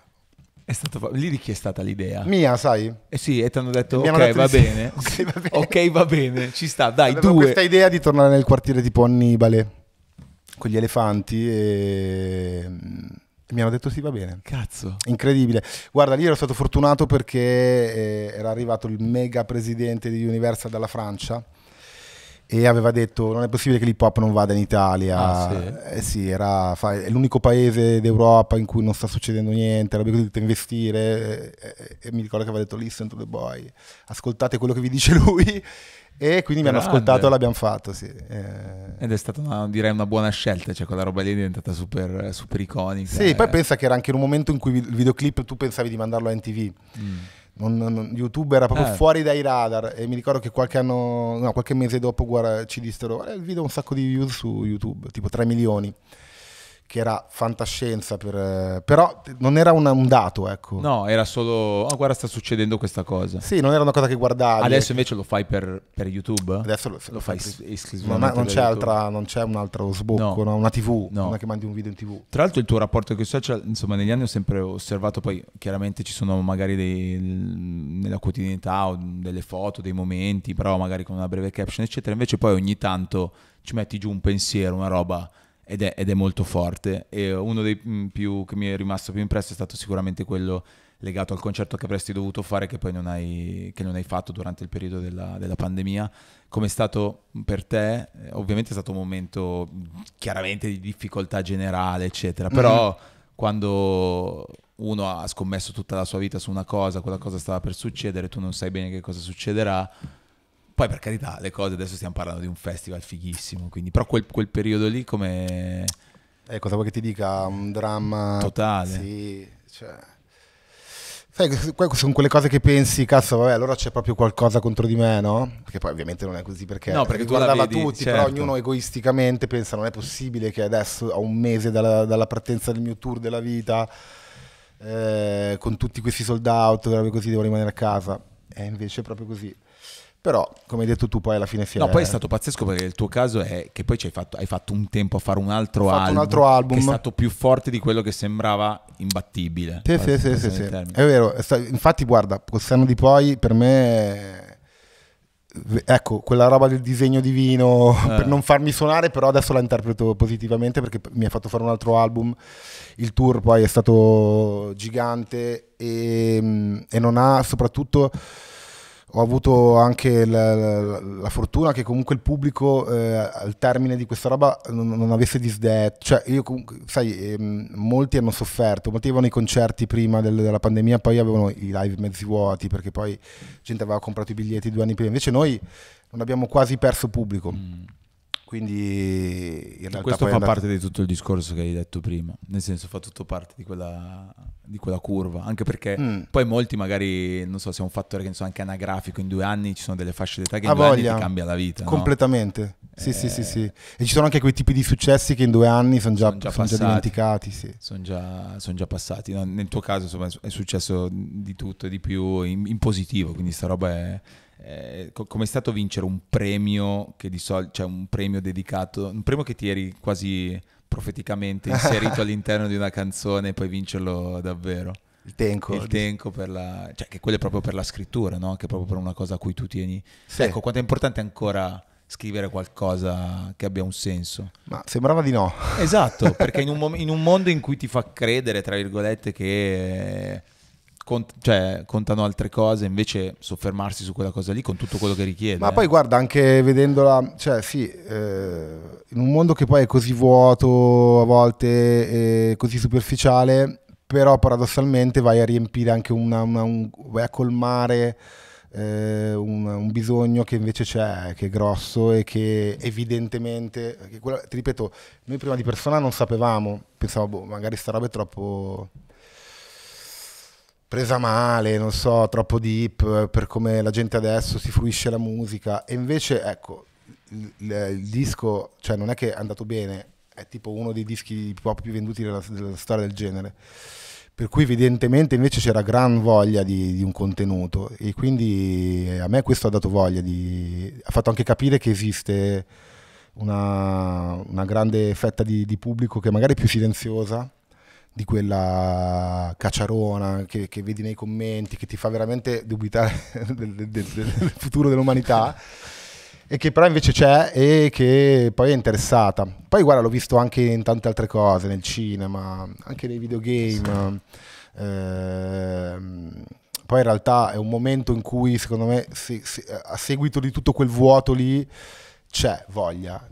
È stato fa- lì di chi è stata l'idea? Mia, sai? Eh sì, e ti hanno detto, Mi ok, hanno detto va di sì. bene. Ok, va bene. Ok, va bene, ci sta, dai, Avevo due. questa idea di tornare nel quartiere tipo Annibale con gli elefanti e... e mi hanno detto sì, va bene. Cazzo. Incredibile. Guarda, lì ero stato fortunato perché eh, era arrivato il mega presidente di Universal dalla Francia e aveva detto non è possibile che l'hip hop non vada in Italia. Ah, sì? Eh sì, era, fa, è l'unico paese d'Europa in cui non sta succedendo niente, robe così, dovete investire. E, e, e mi ricordo che aveva detto listen to the boy, ascoltate quello che vi dice lui. E quindi mi hanno Grande. ascoltato e l'abbiamo fatto, sì. Eh... Ed è stata una, direi una buona scelta, cioè quella roba lì è diventata super, super iconica. Sì, eh. poi pensa che era anche in un momento in cui il videoclip tu pensavi di mandarlo a M T V. Mm. Non, non, YouTube era proprio Eh. fuori dai radar e mi ricordo che qualche anno, no, qualche mese dopo guarda, ci dissero eh, il video ha un sacco di views su YouTube, tipo tre milioni, che era fantascienza, per, però non era una, un dato, ecco. No, era solo, oh guarda sta succedendo questa cosa. Sì, non era una cosa che guardavi. Adesso invece lo fai per, per YouTube? Adesso lo, lo fai sempre- es- esclusivamente non, è- non per c'è YouTube? altra, non c'è un altro sbocco, No. no, una tivù, No. non è che mandi un video in tivù. Tra l'altro il tuo rapporto con i social, insomma, negli anni ho sempre osservato, poi chiaramente ci sono magari dei, nella quotidianità o delle foto, dei momenti, però magari con una breve caption, eccetera. Invece poi ogni tanto ci metti giù un pensiero, una roba, ed è, ed è molto forte. E uno dei mh, più che mi è rimasto più impresso è stato sicuramente quello legato al concerto che avresti dovuto fare, che poi non hai, che non hai fatto durante il periodo della, della pandemia. Come è stato per te? Eh, Ovviamente è stato un momento mh, chiaramente di difficoltà generale, eccetera, però Mhm. quando uno ha scommesso tutta la sua vita su una cosa, quella cosa stava per succedere, tu non sai bene che cosa succederà. Poi per carità, le cose, adesso stiamo parlando di un festival fighissimo, quindi però quel, quel periodo lì come Eh, cosa vuoi che ti dica? Un dramma totale. Sì, cioè... Sai, que- sono quelle cose che pensi, cazzo, vabbè, allora c'è proprio qualcosa contro di me, no? Perché poi ovviamente non è così, perché, No, perché tu la riguardava vedi, tutti, certo. però ognuno egoisticamente pensa, non è possibile che adesso, a un mese dalla, dalla partenza del mio tour della vita, eh, con tutti questi sold out, robe così, devo rimanere a casa. E invece è proprio così. Però, come hai detto tu, poi alla fine si No, poi è stato pazzesco perché il tuo caso è che poi ci hai fatto, hai fatto un tempo a fare un altro Ho fatto album, un altro album. che è stato più forte di quello che sembrava imbattibile. Sì, sì, sì, sì, sì. È vero, è sta- infatti guarda, col senno di poi per me, eh, ecco, quella roba del disegno divino, Eh. per non farmi suonare, però adesso la interpreto positivamente perché mi ha fatto fare un altro album, il tour poi è stato gigante e, e non ha soprattutto... Ho avuto anche la, la- la fortuna che comunque il pubblico eh, al termine di questa roba non, non avesse disdetto, cioè io comunque, sai, ehm, molti hanno sofferto, molti avevano i concerti prima del- della pandemia, poi avevano i live mezzi vuoti perché poi gente aveva comprato i biglietti due anni prima, invece noi non abbiamo quasi perso pubblico, Mm. quindi in realtà Questo poi fa è andato- parte di tutto il discorso che hai detto prima, nel senso fa tutto parte di quella, di quella curva, anche perché Mm. poi molti magari, non so se è un fattore che ne so, anche anagrafico, in due anni ci sono delle fasce d'età che Ha in due anni voglia. ti cambia la vita, no? completamente. Sì, eh, sì, sì, sì. E ci sono anche quei tipi di successi che in due anni sono già, Son già son già passati. dimenticati. Sì. Sono già, son già passati. No, nel tuo caso insomma, è successo di tutto e di più in, in positivo, quindi sta roba è... è co- come è stato vincere un premio che di solito, cioè un premio dedicato, un premio che ti eri quasi profeticamente inserito all'interno di una canzone e poi vincerlo davvero? Il Tenco. Il Tenco per la, cioè che quello è proprio per la scrittura, no? Che è proprio per una cosa a cui tu tieni. Sì. Ecco, quanto è importante ancora scrivere qualcosa che abbia un senso. Ma sembrava di no. Esatto, perché in un, mom- in un mondo in cui ti fa credere, tra virgolette, che eh, cont- cioè, contano altre cose, invece soffermarsi su quella cosa lì con tutto quello che richiede. Ma eh. poi guarda, anche vedendola, cioè sì, eh, in un mondo che poi è così vuoto a volte e così superficiale, però paradossalmente vai a riempire anche una, una- un, vai a colmare eh, un, un bisogno che invece c'è, che è grosso e che evidentemente, che quella- ti ripeto, noi prima di Persona non sapevamo, pensavamo, boh, magari sta roba è troppo presa male, non so, troppo deep per come la gente adesso si fruisce la musica, e invece ecco, il, il- il disco, cioè non è che è andato bene, è tipo uno dei dischi pop più venduti della, della storia del genere, per cui evidentemente invece c'era gran voglia di, di un contenuto, e quindi eh, a me questo ha dato voglia di, ha fatto anche capire che esiste una, una grande fetta di, di pubblico che magari è più silenziosa di quella cacciarona che, che vedi nei commenti, che ti fa veramente dubitare del, del- del- del futuro dell'umanità, e che però invece c'è e che poi è interessata. Poi guarda, l'ho visto anche in tante altre cose, nel cinema, anche nei videogame. Ehm, poi in realtà è un momento in cui secondo me se- se- a seguito di tutto quel vuoto lì c'è voglia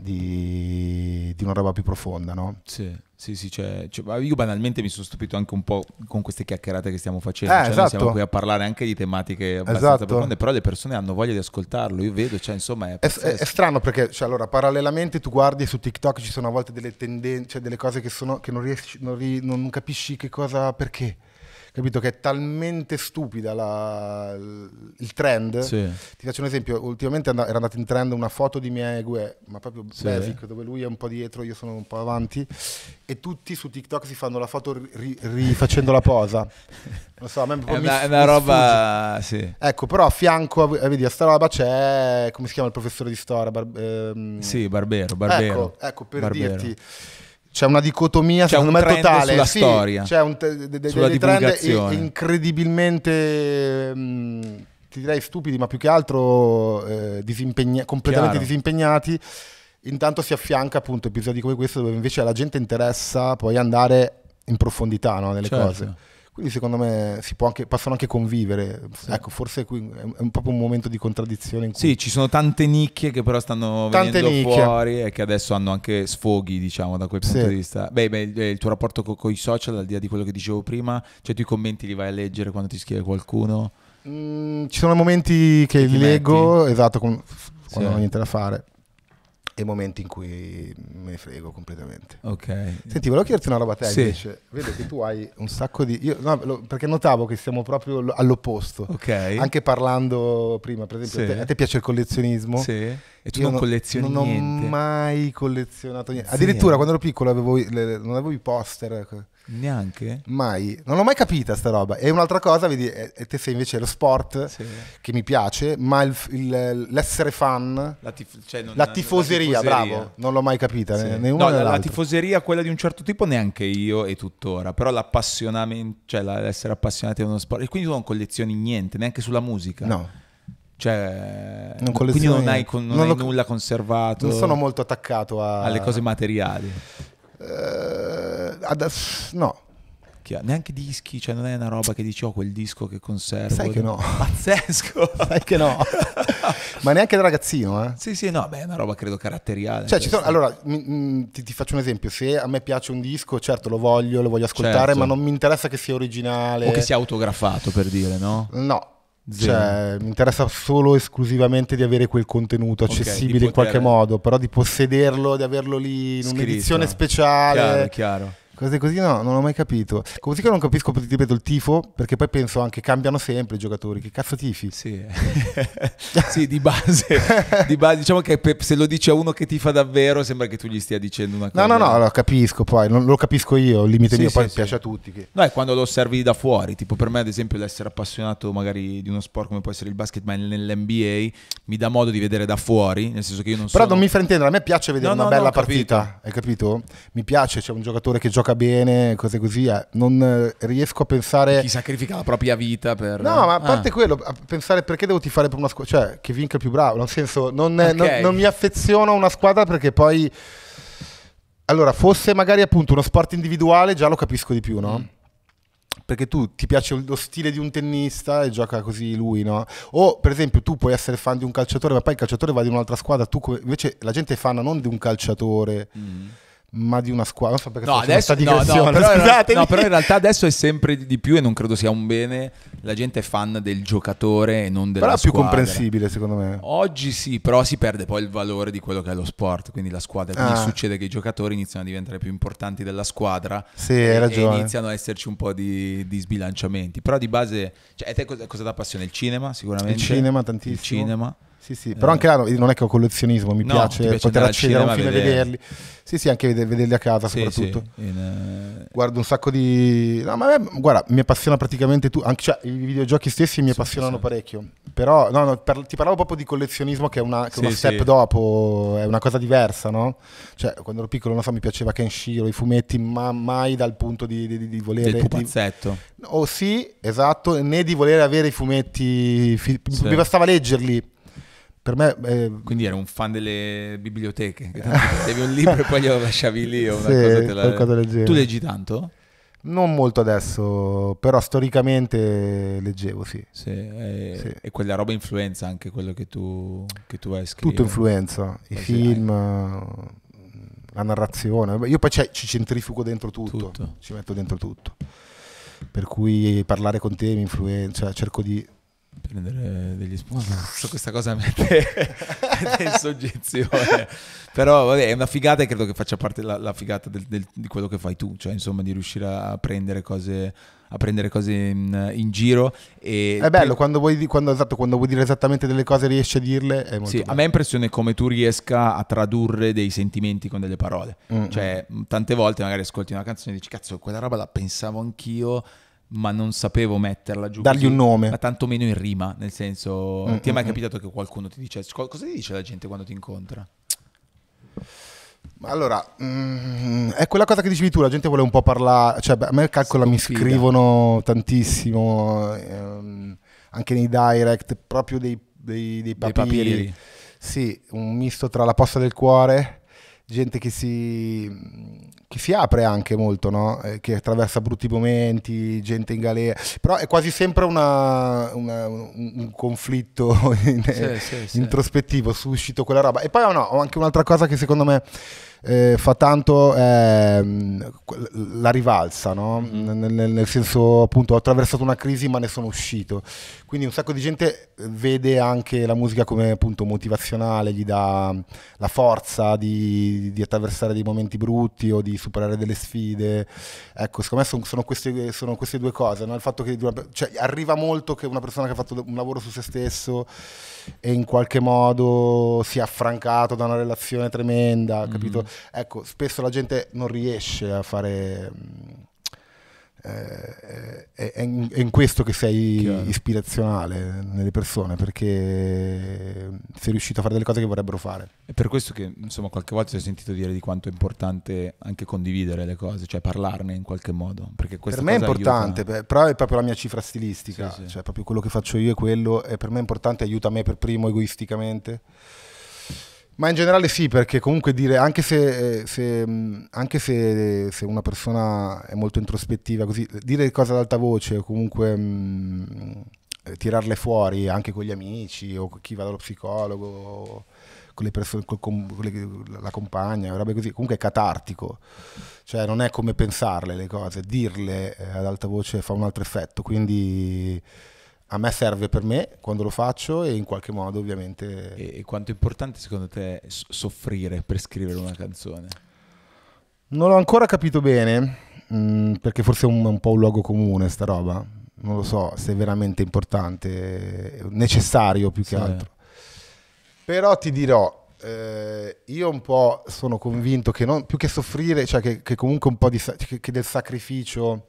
di, di una roba più profonda, no? Sì, sì, sì, cioè, cioè, ma io banalmente mi sono stupito anche un po' con queste chiacchierate che stiamo facendo. Eh, Cioè, noi esatto. siamo qui a parlare anche di tematiche abbastanza Esatto. profonde, però le persone hanno voglia di ascoltarlo. Io vedo, cioè, insomma, è È, è- pazzesco. è strano perché, cioè, allora, parallelamente tu guardi su TikTok, ci sono a volte delle tendenze, cioè delle cose che, sono, che non, riesci, non, ri- non capisci che cosa, perché. Capito? Che è talmente stupida la- il trend. Sì. Ti faccio un esempio, ultimamente and- era andata in trend una foto di Miegue, ma proprio Sì. basic, dove lui è un po' dietro, io sono un po' avanti, e tutti su TikTok si fanno la foto ri- rifacendo la posa. Non so, a me un po' È mi- una, è mi una sfugge. roba, sì. Ecco, però a fianco, a, vedi, a sta roba c'è, come si chiama il professore di storia? Bar- ehm, Sì, Barbero, Barbero. Ecco, ecco, per Barbero. dirti, c'è una dicotomia, C'è secondo un me trend totale. sulla Sì, storia, c'è un te- de- de- sulla dei trend divulgazione. i- incredibilmente, mh, ti direi stupidi, ma più che altro eh, disimpegna- completamente Chiaro. disimpegnati. Intanto si affianca appunto episodi come questo dove invece alla gente interessa poi andare in profondità, no, nelle Certo. cose. Quindi secondo me si può anche, possono anche convivere. Ecco, forse qui è un, è un proprio un momento di contraddizione in cui Sì, ci sono tante nicchie che però stanno Tante venendo nicchie. fuori e che adesso hanno anche sfoghi, diciamo, da quel punto Sì. di vista. Beh, beh, il, il tuo rapporto con i social, al di là di quello che dicevo prima, cioè tu i commenti li vai a leggere quando ti scrive qualcuno? Mm, ci sono momenti che Che li ti leggo, esatto, con- quando Sì. non ho niente da fare, e momenti in cui me ne frego completamente. Ok. Senti, volevo chiederti una roba a te Sì. invece. Vedo che tu hai un sacco di... Io, no, lo- perché notavo che siamo proprio lo- all'opposto. Ok. Anche parlando prima, per esempio, Sì. a, te, a te piace il collezionismo? Sì. E tu Io non collezioni non niente? ho mai collezionato niente. Zero. Addirittura quando ero piccolo avevo, i- le- non avevo i poster. ecco. Neanche? Mai. Non l'ho mai capita sta roba. E un'altra cosa, vedi, e e te sei invece lo sport, Sì. che mi piace, ma il- il- l'essere fan, La, tif- cioè non- la tifoseria, la tifoseria. bravo, non l'ho mai capita. Sì. né, né No, uno né la, la l'altro. tifoseria, quella di un certo tipo, neanche io e tuttora. Però l'appassionamento, cioè la- l'essere appassionati a uno sport. E quindi tu non collezioni niente, neanche sulla musica. No, Cioè, non quindi colleziono non hai, niente. con- non Non hai lo- nulla conservato non sono molto attaccato a... alle cose materiali. Eh, adesso, no, Chi ha- Neanche dischi, cioè non è una roba che dici, oh, quel disco che conservo. sai che no. Pazzesco. Sai che no. Ma neanche da ragazzino, eh. Sì, sì, no, beh, è una roba credo caratteriale. Cioè, ci sono, questa. allora, mi- mi- ti, ti faccio un esempio. Se a me piace un disco, certo lo voglio, lo voglio ascoltare, Certo. ma non mi interessa che sia originale. O che sia autografato, per dire, no? No, Zero. cioè, mi interessa solo esclusivamente di avere quel contenuto Ok, accessibile di in qualche poter- modo, però di possederlo, di averlo lì in Scritto. un'edizione speciale. Chiaro, chiaro. Cose così no, non ho mai capito. Così che non capisco, ripeto, il tifo, perché poi penso anche cambiano sempre i giocatori. Che cazzo tifi? Sì, sì di base, di base. Diciamo che se lo dice a uno che tifa davvero sembra che tu gli stia dicendo una cosa. No, no, no, lo capisco poi, non lo capisco io, il limite sì, mio sì, poi sì. piace a tutti. Che... No, è quando lo osservi da fuori, tipo per me ad esempio l'essere appassionato magari di uno sport come può essere il basket, ma nell'N B A mi dà modo di vedere da fuori, nel senso che io non Però sono... non mi fraintendere, a me piace vedere No, una no, bella no, partita, capito. hai capito? Mi piace, c'è un giocatore che gioca bene, cose così, eh. Non eh, riesco a pensare... Chi sacrifica la propria vita per... No, ma a parte ah. quello, a pensare perché devo tifare per una squadra, cioè che vinca il più bravo, nel senso non, Okay. non, non mi affeziono a una squadra perché poi... Allora, fosse magari appunto uno sport individuale già lo capisco di più, no? Mm. Perché tu ti piace lo stile di un tennista e gioca così lui, no? O per esempio tu puoi essere fan di un calciatore, ma poi il calciatore va di un'altra squadra, tu come... invece la gente è fan non di un calciatore, mm. ma di una squadra. Non so perché no, adesso, sta no, no, però scusate. No, però in realtà adesso è sempre di più e non credo sia un bene. La gente è fan del giocatore e non della però è più squadra. comprensibile secondo me. Oggi sì, però si perde poi il valore di quello che è lo sport, quindi la squadra. Quindi ah. succede che i giocatori iniziano a diventare più importanti della squadra. Sì, e, hai ragione. E iniziano a esserci un po' di, di sbilanciamenti. Però di base, cioè, a te cosa, cosa ti appassiona? Il cinema sicuramente? Il cinema tantissimo. Il cinema. Sì, sì, però anche là non è che ho collezionismo, mi no, piace, piace poter accedere a un film e vederli. Sì, sì, anche vederli a casa sì, soprattutto. Sì, in, uh... Guardo un sacco di... No, ma me, guarda, mi appassiona praticamente tu, anche cioè, i videogiochi stessi mi sì, appassionano sì. parecchio. Però, no, no, per, ti parlavo proprio di collezionismo che è una, che sì, una step sì. dopo, è una cosa diversa, no? Cioè, quando ero piccolo, non so, mi piaceva Kenshiro, i fumetti, ma mai dal punto di, di, di volere... Del pupazzetto. Di... Oh sì, esatto, né di volere avere i fumetti, fi... sì. mi bastava leggerli. Per me, eh, quindi eri un fan delle biblioteche, che avevi un libro e poi glielo lasciavi lì o una sì, cosa te la... qualcosa del genere. Tu leggi tanto? Non molto adesso, però storicamente leggevo, sì. Sì, e, sì. e quella roba influenza anche quello che tu, che tu hai scritto. Tutto influenza, i sì, film, hai... la narrazione. Io poi ci centrifugo dentro tutto, tutto, ci metto dentro tutto. Per cui parlare con te mi influenza, cerco di... prendere degli spunti. Questa cosa mette, mette in soggezione, però vabbè, è una figata e credo che faccia parte la, la figata del, del, di quello che fai tu, cioè insomma di riuscire a prendere cose a prendere cose in, in giro e è bello quando vuoi, quando, esatto, quando vuoi dire esattamente delle cose riesci a dirle, è molto sì, bello. A me è impressione come tu riesca a tradurre dei sentimenti con delle parole, mm-hmm. Cioè tante volte magari ascolti una canzone e dici cazzo quella roba la pensavo anch'io ma non sapevo metterla giù, dargli un nome, ma tanto meno in rima, nel senso mm-hmm. Ti è mai capitato che qualcuno ti dice cosa ti dice la gente quando ti incontra? Allora, mm, è quella cosa che dicevi tu, la gente vuole un po' parlare, cioè beh, a me calcola mi scrivono tantissimo, ehm, anche nei direct, proprio dei, dei, dei papiri. Dei papiri. Sì, un misto tra la posta del cuore, gente che si, che si apre anche molto, no? Eh, che attraversa brutti momenti, gente in galera, però è quasi sempre una, una, un, un conflitto in, sì, sì, sì. introspettivo, suscito quella roba. E poi oh no, ho anche un'altra cosa che secondo me eh, fa tanto, è la rivalsa, no? Mm-hmm. nel, nel senso appunto ho attraversato una crisi ma ne sono uscito, quindi un sacco di gente vede anche la musica come appunto motivazionale, gli dà la forza di, di attraversare dei momenti brutti o di superare delle sfide. Ecco, secondo me sono, sono, queste, sono queste due cose, no? Il fatto che cioè, arriva molto che una persona che ha fatto un lavoro su se stesso e in qualche modo si è affrancato da una relazione tremenda, mm-hmm. capito? Ecco, spesso la gente non riesce a fare... Eh, è, è, in, è in questo che sei Chiaro. Ispirazionale nelle persone, perché sei riuscito a fare delle cose che vorrebbero fare. È per questo che insomma qualche volta ti ho sentito dire di quanto è importante anche condividere le cose, cioè parlarne in qualche modo, perché questa per me cosa è importante, aiuta. Però è proprio la mia cifra stilistica, sì, sì. Cioè proprio quello che faccio io è quello, e per me è importante, aiuta me per primo egoisticamente. Ma in generale sì, perché comunque dire, anche se, se, anche se, se una persona è molto introspettiva, così, dire cose ad alta voce, o comunque mh, tirarle fuori anche con gli amici, o con chi va dallo psicologo, o con le persone, con, con le, la compagna, robe così, comunque è catartico. Cioè non è come pensarle le cose, dirle ad alta voce fa un altro effetto, quindi... A me serve per me quando lo faccio e in qualche modo ovviamente... E, e quanto è importante secondo te soffrire per scrivere una canzone? Non l'ho ancora capito bene, Mm, perché forse è un, un po' un luogo comune sta roba, non lo so se è veramente importante, necessario più che Sì. altro. Però ti dirò, eh, io un po' sono convinto che non, più che soffrire, cioè che, che comunque un po' di, sa- che, che del sacrificio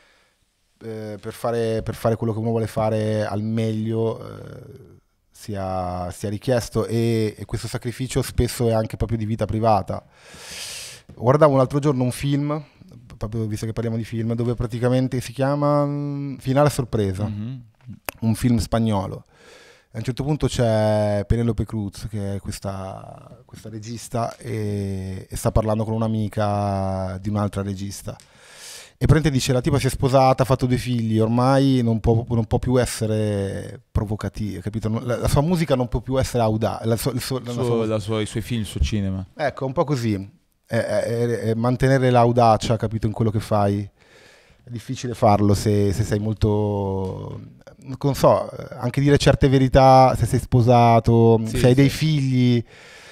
eh, per fare, per fare quello che uno vuole fare al meglio eh, sia, sia richiesto e, e questo sacrificio spesso è anche proprio di vita privata. Guardavo un altro giorno un film, proprio visto che parliamo di film, dove praticamente si chiama mm, Finale a sorpresa, Mm-hmm. un film spagnolo. A un certo punto c'è Penélope Cruz, che è questa, questa regista, e, e sta parlando con un'amica di un'altra regista. E praticamente dice, la tipa si è sposata, ha fatto due figli, ormai non può, non può più essere provocativa, capito? Non- La, la sua musica non può più essere audace. La sua- il suo- la Suo- sua- la sua- I suoi film, il suo cinema. Ecco, un po' così. È- è- è mantenere l'audacia, capito, in quello che fai. È difficile farlo se, se sei molto, non so, anche dire certe verità, se sei sposato, Sì, se hai sì. dei figli.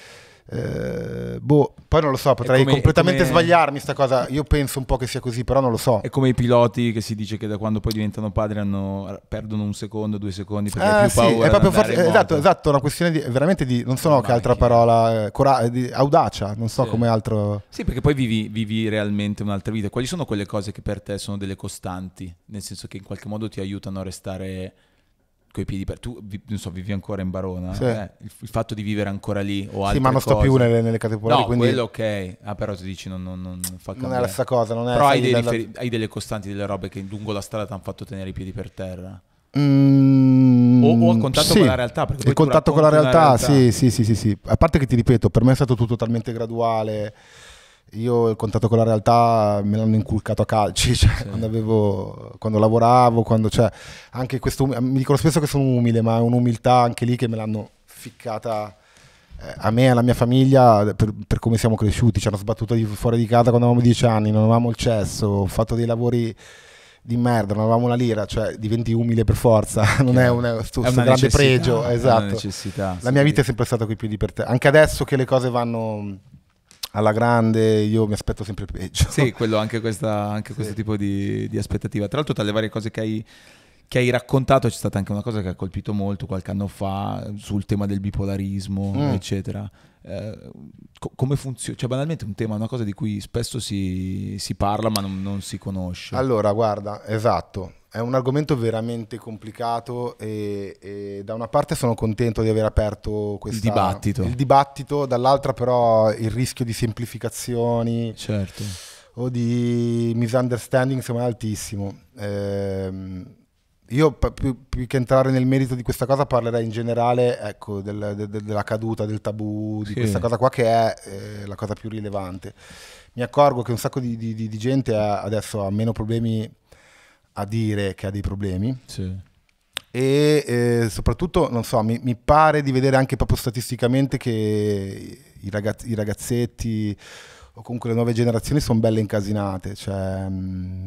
eh, boh, poi non lo so, potrei come- è completamente come- sbagliarmi sta cosa. Io penso un po' che sia così, però non lo so. È come i piloti che si dice che da quando poi diventano padri hanno, perdono un secondo, due secondi perché Eh, hai più sì, paura è proprio di andare forse- in esatto, moto. esatto, una questione di, veramente di, non so Con che altra macchine. parola, eh, cora- di audacia, non so Sì. come altro. Sì, perché poi vivi, vivi realmente un'altra vita. Quali sono quelle cose che per te sono delle costanti? Nel senso che in qualche modo ti aiutano a restare coi piedi per... Tu, vi- non so, vivi ancora in Barona? Sì. Eh, il, il fatto di vivere ancora lì o altre Sì, ma non sto cose. più nelle, nelle case popolari, No, quindi quello ok. Ah, però tu dici non, non, non fa non è cambiare. la stessa cosa. Non è, Però hai, sai, dei la- riferi- hai delle costanti, delle robe che lungo la strada ti hanno fatto tenere i piedi per terra. Mm, O- o il contatto sì, con la realtà, perché poi il tu contatto con la racconti una realtà, realtà. sì, sì, sì, sì, sì. A parte che ti ripeto, per me è stato tutto talmente graduale. Io il contatto con la realtà me l'hanno inculcato a calci, cioè, Sì. quando, avevo, quando lavoravo, quando, cioè, anche questo, mi dicono spesso che sono umile, ma è un'umiltà anche lì che me l'hanno ficcata eh, a me e alla mia famiglia per, per come siamo cresciuti. Ci hanno sbattuto di- fuori di casa quando avevamo dieci anni, non avevamo il cesso, ho fatto dei lavori di merda, non avevamo una lira, cioè diventi umile per forza, non è un, questo È una grande necessità, pregio, è una esatto. necessità, La sì. mia vita è sempre stata coi piedi per terra, anche adesso che le cose vanno alla grande, io mi aspetto sempre peggio. Sì, quello, anche, questa, anche Sì. questo tipo di, di aspettativa. Tra l'altro, tra le varie cose che hai, che hai raccontato, c'è stata anche una cosa che ha colpito molto qualche anno fa sul tema del bipolarismo, Mm. eccetera. Eh, co- come funziona? Cioè, banalmente, un tema, una cosa di cui spesso si, si parla, ma non, non si conosce. Allora, guarda, esatto, è un argomento veramente complicato e, e da una parte sono contento di aver aperto questa, Il dibattito. il dibattito, dall'altra però il rischio di semplificazioni Certo. o di misunderstanding secondo me è altissimo. Ehm, io pa- più, più che entrare nel merito di questa cosa parlerei in generale, ecco, del- de- de- della caduta del tabù, di Sì. questa cosa qua che è eh, la cosa più rilevante. Mi accorgo che un sacco di, di- di- di gente ha- adesso ha meno problemi a dire che ha dei problemi Sì. e eh, soprattutto, non so, mi, mi pare di vedere anche proprio statisticamente che i, ragazzi, i ragazzetti o comunque le nuove generazioni sono belle incasinate, cioè mh,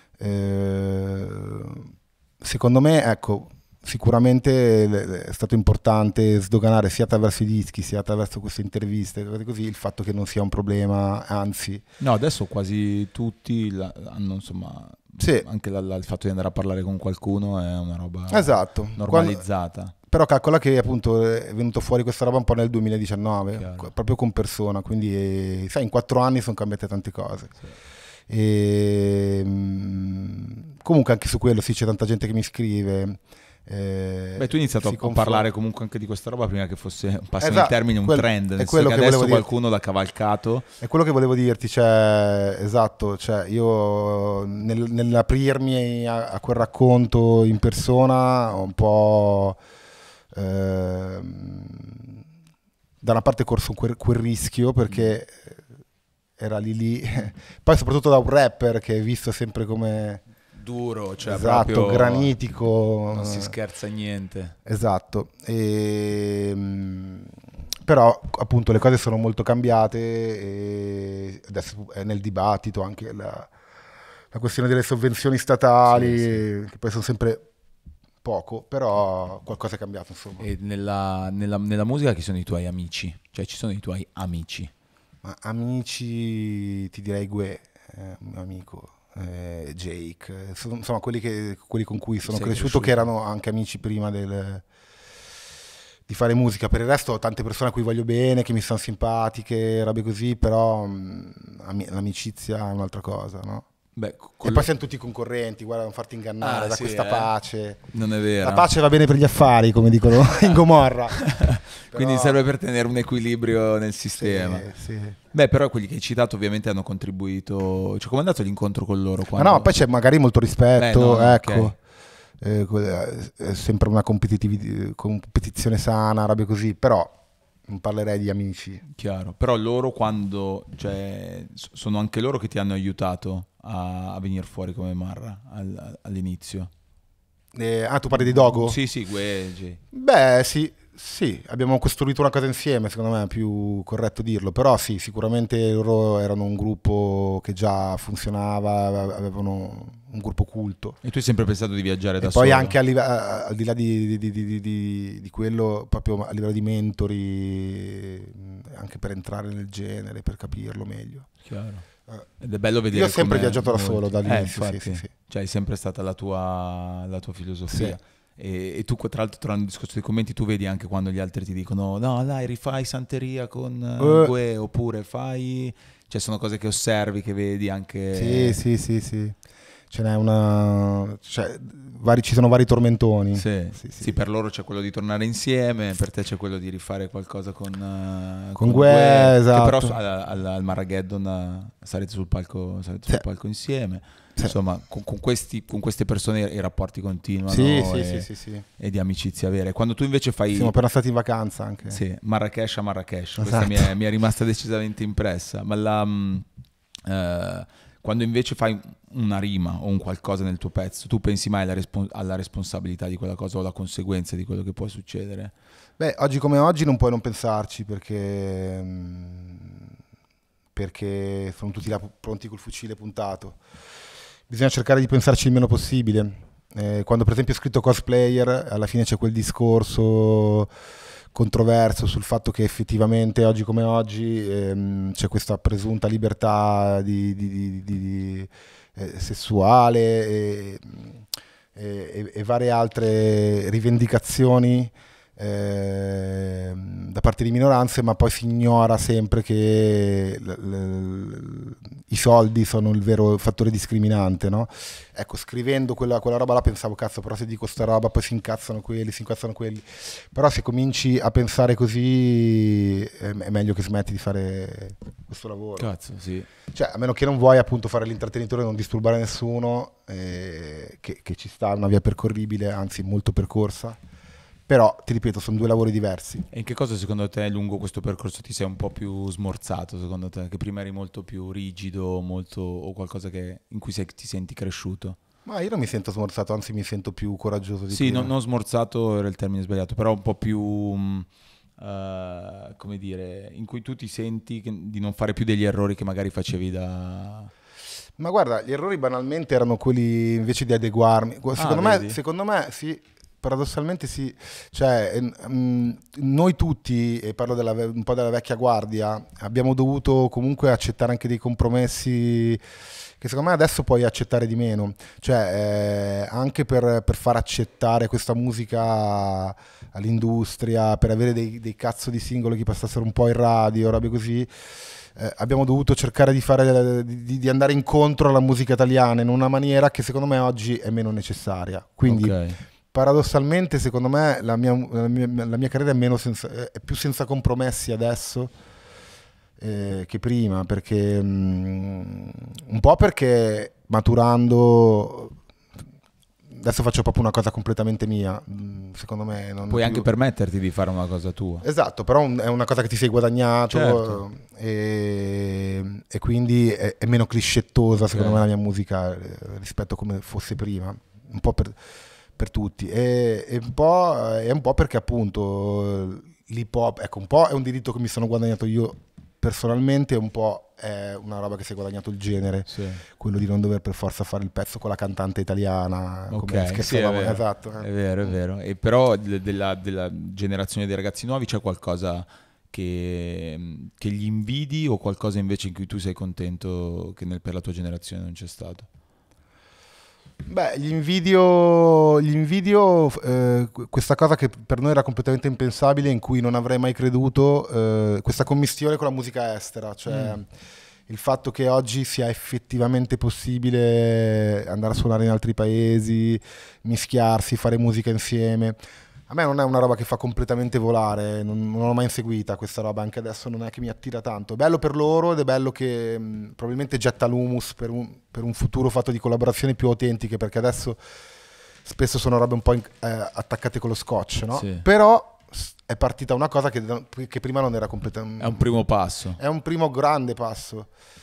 eh, secondo me, ecco, sicuramente le- è stato importante sdoganare sia attraverso i dischi sia attraverso queste interviste, cose così, il fatto che non sia un problema, anzi. No, adesso quasi tutti la- hanno, insomma, Sì. anche la- la- il fatto di andare a parlare con qualcuno è una roba Esatto. normalizzata. Però calcola che appunto è venuto fuori questa roba un po' nel duemiladiciannove, Chiaro. co- proprio con persona, quindi eh, sai, in quattro anni sono cambiate tante cose. Sì. E, mm, comunque anche su quello sì, c'è tanta gente che mi scrive. eh, Beh, tu hai iniziato si a confronta- parlare comunque anche di questa roba prima che fosse, passami Esatto, il termine, un quel- trend, è nel senso quello che che adesso volevo dirti. qualcuno l'ha cavalcato. È quello che volevo dirti, cioè, esatto, cioè io nel- nell'aprirmi a, a quel racconto in persona ho un po' ehm, da una parte corso quel, quel rischio perché era lì lì, poi soprattutto da un rapper che è visto sempre come Duro, cioè esatto, proprio granitico, non si scherza niente. esatto. E, mm, però appunto le cose sono molto cambiate e adesso è nel dibattito anche la, la questione delle sovvenzioni statali, Sì, che poi sono sempre poco, però qualcosa è cambiato insomma. E nella, nella- nella musica chi sono i tuoi amici? Cioè ci sono i tuoi amici? Ma amici, ti direi Gue, eh, un mio amico. eh, Jake, sono, insomma quelli, che, quelli con cui sono Sei cresciuto, cresciuto. che erano anche amici prima del, di fare musica. Per il resto ho tante persone a cui voglio bene, che mi stanno simpatiche, robe così, però mh, ami- l'amicizia è un'altra cosa, no? Beh, E quello- poi siamo tutti concorrenti, guarda, non farti ingannare Ah, da sì, questa eh? pace. Non è vero. La pace va bene per gli affari, come dicono in Gomorra. Quindi Però- serve per tenere un equilibrio nel sistema. Sì, sì. Beh, però quelli che hai citato ovviamente hanno contribuito. Cioè, come è andato l'incontro con loro? Ma Quando... no, poi c'è magari molto rispetto, Beh, no, no, ecco. ok. Eh, que- è sempre una competitivi- competizione sana, robe così, però non parlerei di amici. Chiaro. Però loro quando... Cioè, s- sono anche loro che ti hanno aiutato a, a venire fuori come Marra al- all'inizio. Eh, ah, tu parli di Dogo? Sì, sì, Gue, G. Beh, sì, sì, abbiamo costruito una cosa insieme, secondo me è più corretto dirlo, però sì, sicuramente loro erano un gruppo che già funzionava, avevano un gruppo culto. E tu hai sempre pensato di viaggiare E da poi solo? anche a live- a- al di là di, di- di- di- di- di quello, proprio a livello di mentori, mh, anche per entrare nel genere, per capirlo meglio. Chiaro. Eh. Ed è bello vedere. Io ho sempre come viaggiato da molti- solo dall'inizio, Eh, sì, infatti. sì, sì. Cioè, è sempre stata la tua, la tua filosofia. Sì. E, e tu, tra l'altro, tra il discorso dei commenti, tu vedi anche quando gli altri ti dicono: no, dai, rifai Santeria con uh, Eh. Gue, oppure fai. Cioè, sono cose che osservi, che vedi anche. Sì, sì, sì, sì. Ce n'è una... Cioè, vari, ci sono vari tormentoni. Sì. Sì, sì. Sì, per loro c'è quello di tornare insieme, per te c'è quello di rifare qualcosa con, uh, Con Gue, esatto. Che però su- al, al, al Marrageddon uh, sarete sul palco, sarete sul Sì. palco insieme. Sì. Insomma, con, con questi, con queste persone i rapporti continuano Sì, sì, e, sì, sì, sì. e di amicizia vera. Quando tu invece fai Siamo appena stati in vacanza anche. sì, Marrakesh a Marrakesh, questa Esatto. mi è, mi è rimasta decisamente impressa. Ma la, mh, eh, quando invece fai una rima o un qualcosa nel tuo pezzo, tu pensi mai alla, respon- alla responsabilità di quella cosa o alla conseguenza di quello che può succedere? Beh, oggi come oggi non puoi non pensarci perché, mm, perché sono tutti là pronti col fucile puntato. Bisogna cercare di pensarci il meno possibile. Eh, quando per esempio ho scritto Cosplayer, alla fine c'è quel discorso controverso sul fatto che effettivamente oggi come oggi ehm, c'è questa presunta libertà di, di- di- di- di, eh, sessuale e, e- e varie altre rivendicazioni eh, da parte di minoranze, ma poi si ignora sempre che l- l- i soldi sono il vero fattore discriminante, no? Ecco, scrivendo quella, quella roba là pensavo, cazzo, però se dico sta roba poi si incazzano quelli, si incazzano quelli. Però se cominci a pensare così è, è meglio che smetti di fare questo lavoro. Cazzo, sì. Cioè, a meno che non vuoi appunto fare l'intrattenitore e non disturbare nessuno, eh, che, che ci sta, una via percorribile, anzi molto percorsa. Però, ti ripeto, sono due lavori diversi. E in che cosa secondo te lungo questo percorso ti sei un po' più smorzato, secondo te? Che prima eri molto più rigido, molto, o qualcosa che, in cui sei- ti senti cresciuto? Ma io non mi sento smorzato, anzi mi sento più coraggioso di Sì, prima. non, non smorzato era il termine sbagliato, però un po' più, mh, eh, come dire, in cui tu ti senti che- di non fare più degli errori che magari facevi da... Ma guarda, gli errori banalmente erano quelli invece di adeguarmi. Secondo me, vedi? secondo me sì, paradossalmente sì. Cioè, eh, mh, noi tutti, e parlo della ve- un po' della vecchia guardia, abbiamo dovuto comunque accettare anche dei compromessi che secondo me adesso puoi accettare di meno. Cioè, eh, anche per, per far accettare questa musica all'industria, per avere dei, dei cazzo di singoli che passassero un po' in radio, robe così. Eh, abbiamo dovuto cercare di, fare, di, di andare incontro alla musica italiana in una maniera che secondo me oggi è meno necessaria. Quindi Ok. paradossalmente secondo me la mia, la mia, la mia carriera è, meno senza, è più senza compromessi adesso eh, che prima, perché mh, un po' perché maturando adesso faccio proprio una cosa completamente mia, mh, secondo me non Puoi più... anche permetterti di fare una cosa tua. Esatto, però un- è una cosa che ti sei guadagnato Certo. e, e quindi è, è meno cliscettosa secondo Ok. me la mia musica eh, rispetto a come fosse prima, un po' per, per tutti e, e un po', è un po' perché appunto l'hip hop, ecco, un po' è un diritto che mi sono guadagnato io personalmente, un po' è una roba che si è guadagnato il genere, Sì. quello di non dover per forza fare il pezzo con la cantante italiana, come Ok, sì, è scherzavamo, vero, esatto. eh. è vero, è vero. E però de- della, della generazione dei ragazzi nuovi c'è qualcosa che, che gli invidi o qualcosa invece in cui tu sei contento che nel- per la tua generazione non c'è stato? Beh, gli invidio, gli invidio eh, questa cosa che per noi era completamente impensabile, in cui non avrei mai creduto, eh, questa commistione con la musica estera, cioè mm. il fatto che oggi sia effettivamente possibile andare a suonare in altri paesi, mischiarsi, fare musica insieme. A me non è una roba che fa completamente volare, non, non l'ho mai inseguita questa roba, anche adesso non è che mi attira tanto. È bello per loro ed è bello che mh, probabilmente getta l'humus per un, per un futuro fatto di collaborazioni più autentiche, perché adesso spesso sono robe un po' in, eh, attaccate con lo scotch, no? Sì. Però è partita una cosa che, che prima non era completamente... È un primo passo. È un primo grande passo.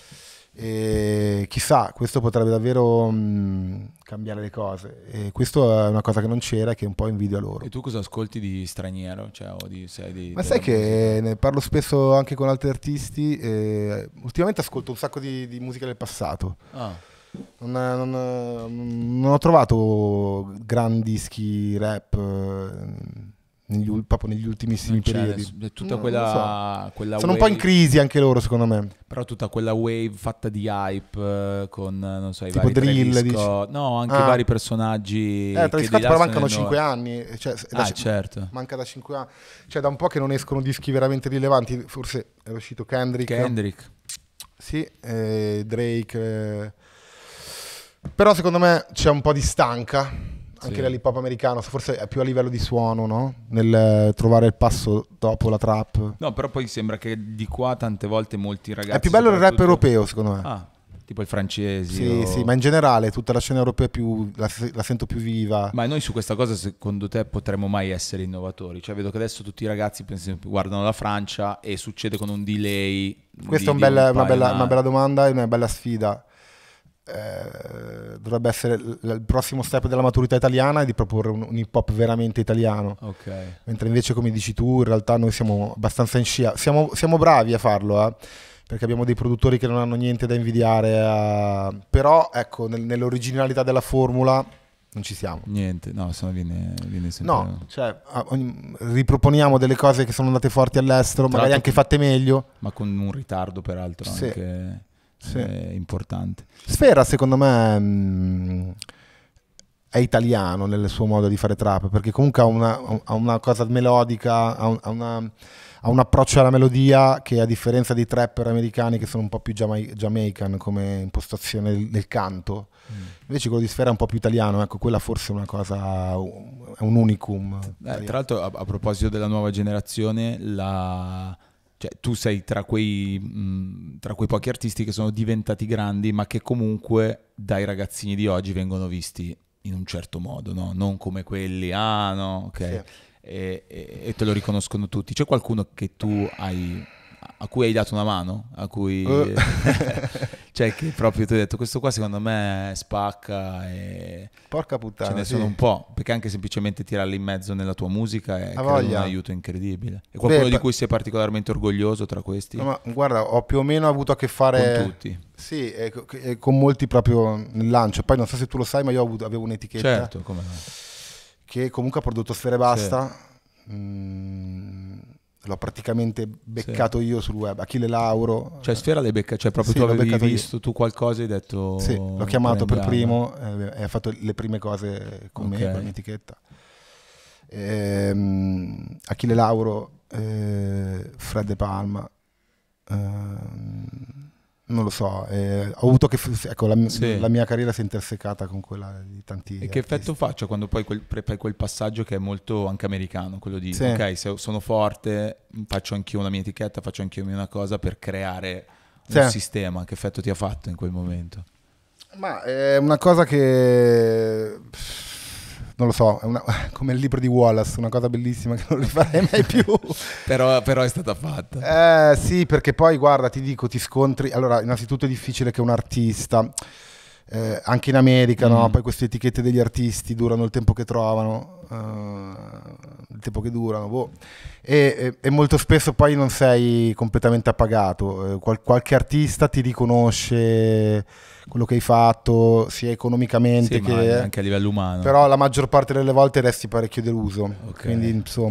E chissà, questo potrebbe davvero mh, cambiare le cose, e questo è una cosa che non c'era e che un po' invidio a loro. E tu cosa ascolti di straniero? Cioè, o di, sei di, Ma sai che ne parlo spesso anche con altri artisti, e ultimamente ascolto un sacco di, di musica del passato. Ah. Non, non, non ho trovato grandi dischi rap negli, proprio negli ultimissimi periodi. È tutta no, quella, so. quella Sono wave, un po' in crisi anche loro, secondo me. però tutta quella wave fatta di hype con, non so, i tipo vari drill, Travis dici? Scott, no, anche Ah. vari personaggi. Eh, Travis Scott però mancano cinque anni, cioè, ah, da, certo. manca da cinque anni, cioè da un po' che non escono dischi veramente rilevanti. Forse è uscito Kendrick, Kendrick. sì, eh, Drake, eh. Però secondo me c'è un po' di stanca anche Sì. nell'hip hop americano, forse è più a livello di suono, no? Nel trovare il passo dopo la trap. No, però poi sembra che di qua tante volte molti ragazzi... È più bello il rap soprattutto- europeo, secondo me. Ah, tipo il francesi. Sì, o- sì, ma in generale tutta la scena europea più, la, la sento più viva. Ma noi su questa cosa secondo te potremmo mai essere innovatori? Cioè vedo che adesso tutti i ragazzi per esempio, guardano la Francia e succede con un delay. Questa è un di- di bella- un una, paio bella, d'anni. una bella domanda e una bella sfida. Eh, dovrebbe essere l- il prossimo step della maturità italiana, è di proporre un, un hip hop veramente italiano. Ok. Mentre invece, come dici tu, in realtà noi siamo abbastanza in scia. Siamo, siamo bravi a farlo, eh, perché abbiamo dei produttori che non hanno niente da invidiare. a- Però, ecco, nel- nell'originalità della formula non ci siamo. Niente, no, se no viene, viene sempre... No, cioè, a- ogni- riproponiamo delle cose che sono andate forti all'estero, Tra magari l'altro anche fatte meglio. Ma con un ritardo peraltro Sì. anche Sì. eh, importante. Sfera, secondo me, mh, è italiano nel suo modo di fare trap, perché comunque ha una, ha una cosa melodica, ha un, ha una, ha un approccio alla melodia che, a differenza dei trapper americani che sono un po' più jamai- jamaican come impostazione del, del canto, Mm. invece quello di Sfera è un po' più italiano. Ecco, quella forse è una cosa, è un unicum. Eh, tra l'altro a, a proposito della nuova generazione, la... cioè, tu sei tra quei, mh, tra quei pochi artisti che sono diventati grandi, ma che comunque dai ragazzini di oggi vengono visti in un certo modo, no? Non come quelli, ah no, ok, Sì. e, e- e te lo riconoscono tutti. C'è qualcuno che tu hai, a cui hai dato una mano? A cui... Uh. cioè che proprio ti hai detto, questo qua secondo me spacca e... Porca puttana, Ce ne sì. sono un po', perché anche semplicemente tirarli in mezzo nella tua musica è Ha credo, un voglia. aiuto incredibile. E qualcuno Beh, di pa- cui sei particolarmente orgoglioso tra questi? No, ma guarda, ho più o meno avuto a che fare Con tutti. sì, e co- e con molti proprio nel lancio. Poi non so se tu lo sai, ma io ho avuto- avevo un'etichetta Certo, come no. che comunque ha prodotto Sfera e Basta. Mm, l'ho praticamente beccato io sul web. Achille Lauro. Cioè Sfera l'hai becca, cioè proprio Sì, tu l'ho avevi beccato io. visto tu qualcosa e hai detto... Sì, l'ho chiamato per prendiamo. primo eh, e ha fatto le prime cose con me, Ok. con la mia etichetta. Ehm, Achille Lauro, eh, Fred De Palma, ehm, non lo so, eh, ho avuto che f- ecco, la, mi- Sì. la mia carriera si è intersecata con quella di tanti E che artisti. effetto faccia quando poi quel, pre- fai quel passaggio che è molto anche americano, quello di Sì. ok, se sono forte, faccio anch'io una mia etichetta, faccio anch'io una cosa per creare Sì. un sistema. Che effetto ti ha fatto in quel momento? Ma è una cosa che non lo so, è una- come il libro di Wallace, una cosa bellissima che non rifarei mai più. Però, però è stata fatta. Eh, sì, perché poi guarda, ti dico, ti scontri. Allora, innanzitutto è difficile che un artista, eh, anche in America, no? Mm. Poi queste etichette degli artisti durano il tempo che trovano, eh, il tempo che durano, boh. E, e- e molto spesso poi non sei completamente appagato. Eh, qual- qualche artista ti riconosce quello che hai fatto, sia economicamente Sì, ma che... anche a livello umano. Però la maggior parte delle volte resti parecchio deluso. Ok. Quindi, insomma...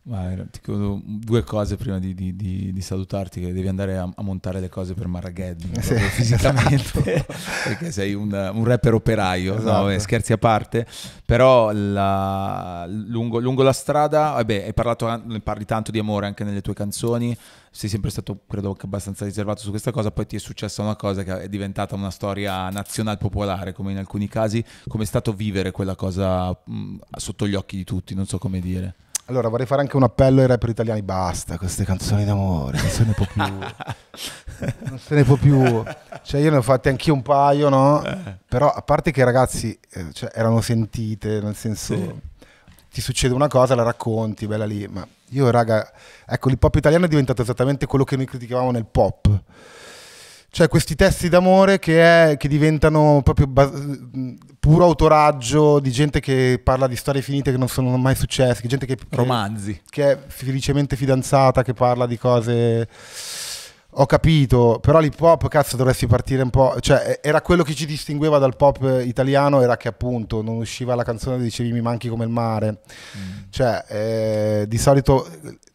Vai, ti chiedo due cose prima di, di, di, di salutarti, che devi andare a, a montare le cose per Marrageddon, sì, fisicamente, esatto. perché sei un, un rapper operaio, esatto. no, scherzi a parte, però la, lungo, lungo la strada, vabbè, hai parlato, parli tanto di amore anche nelle tue canzoni, sei sempre stato, credo, abbastanza riservato su questa cosa, poi ti è successa una cosa che è diventata una storia nazional popolare, come in alcuni casi. Come è stato vivere quella cosa mh, sotto gli occhi di tutti, non so come dire. Allora vorrei fare anche un appello ai rapper italiani: basta queste canzoni d'amore, non se ne può più, non se ne può più, cioè io ne ho fatte anch'io un paio, no? Però a parte che ragazzi, eh, cioè, erano sentite, nel senso, sì, ti succede una cosa, la racconti, bella lì, ma io raga, ecco, l'hip hop italiano è diventato esattamente quello che noi criticavamo nel pop. Cioè questi testi d'amore che, è, che diventano proprio bas- puro autoraggio di gente che parla di storie finite che non sono mai successe, gente che, che, romanzi, che è felicemente fidanzata, che parla di cose... Ho capito, però l'hip hop, cazzo, dovresti partire un po'... Cioè era quello che ci distingueva dal pop italiano, era che appunto non usciva la canzone e dicevi mi manchi come il mare. Mm. Cioè eh, di solito...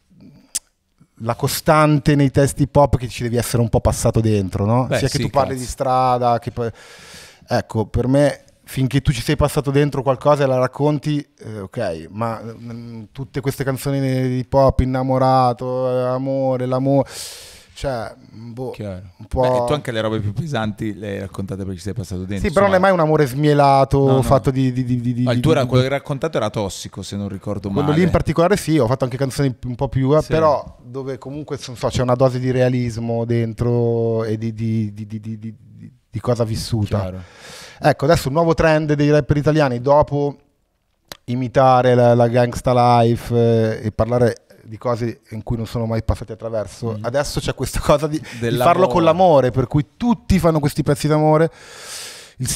la costante nei testi pop è che ci devi essere un po' passato dentro, no? Beh, sia che sì, tu parli cazzo. di strada, che poi... Ecco, per me, finché tu ci sei passato dentro qualcosa e la racconti, eh, ok, ma mh, tutte queste canzoni di pop, innamorato, eh, amore, l'amore... Cioè, boh, un po'... Beh, e tu anche le robe più pesanti le hai raccontate perché ci sei passato dentro. Sì, però non è mai un amore smielato, no, no. fatto di... di, di, di ah, il tuo di, era, quello che hai raccontato era tossico, se non ricordo quello male. Quello lì in particolare sì, ho fatto anche canzoni un po' più... Sì. Però dove comunque non so, c'è una dose di realismo dentro e di, di, di, di, di, di, di cosa vissuta. Chiaro. Ecco, adesso un nuovo trend dei rapper italiani, dopo imitare la, la gangsta life eh, e parlare... di cose in cui non sono mai passati attraverso, mm. adesso c'è questa cosa di, di farlo con l'amore, per cui tutti fanno questi pezzi d'amore. Il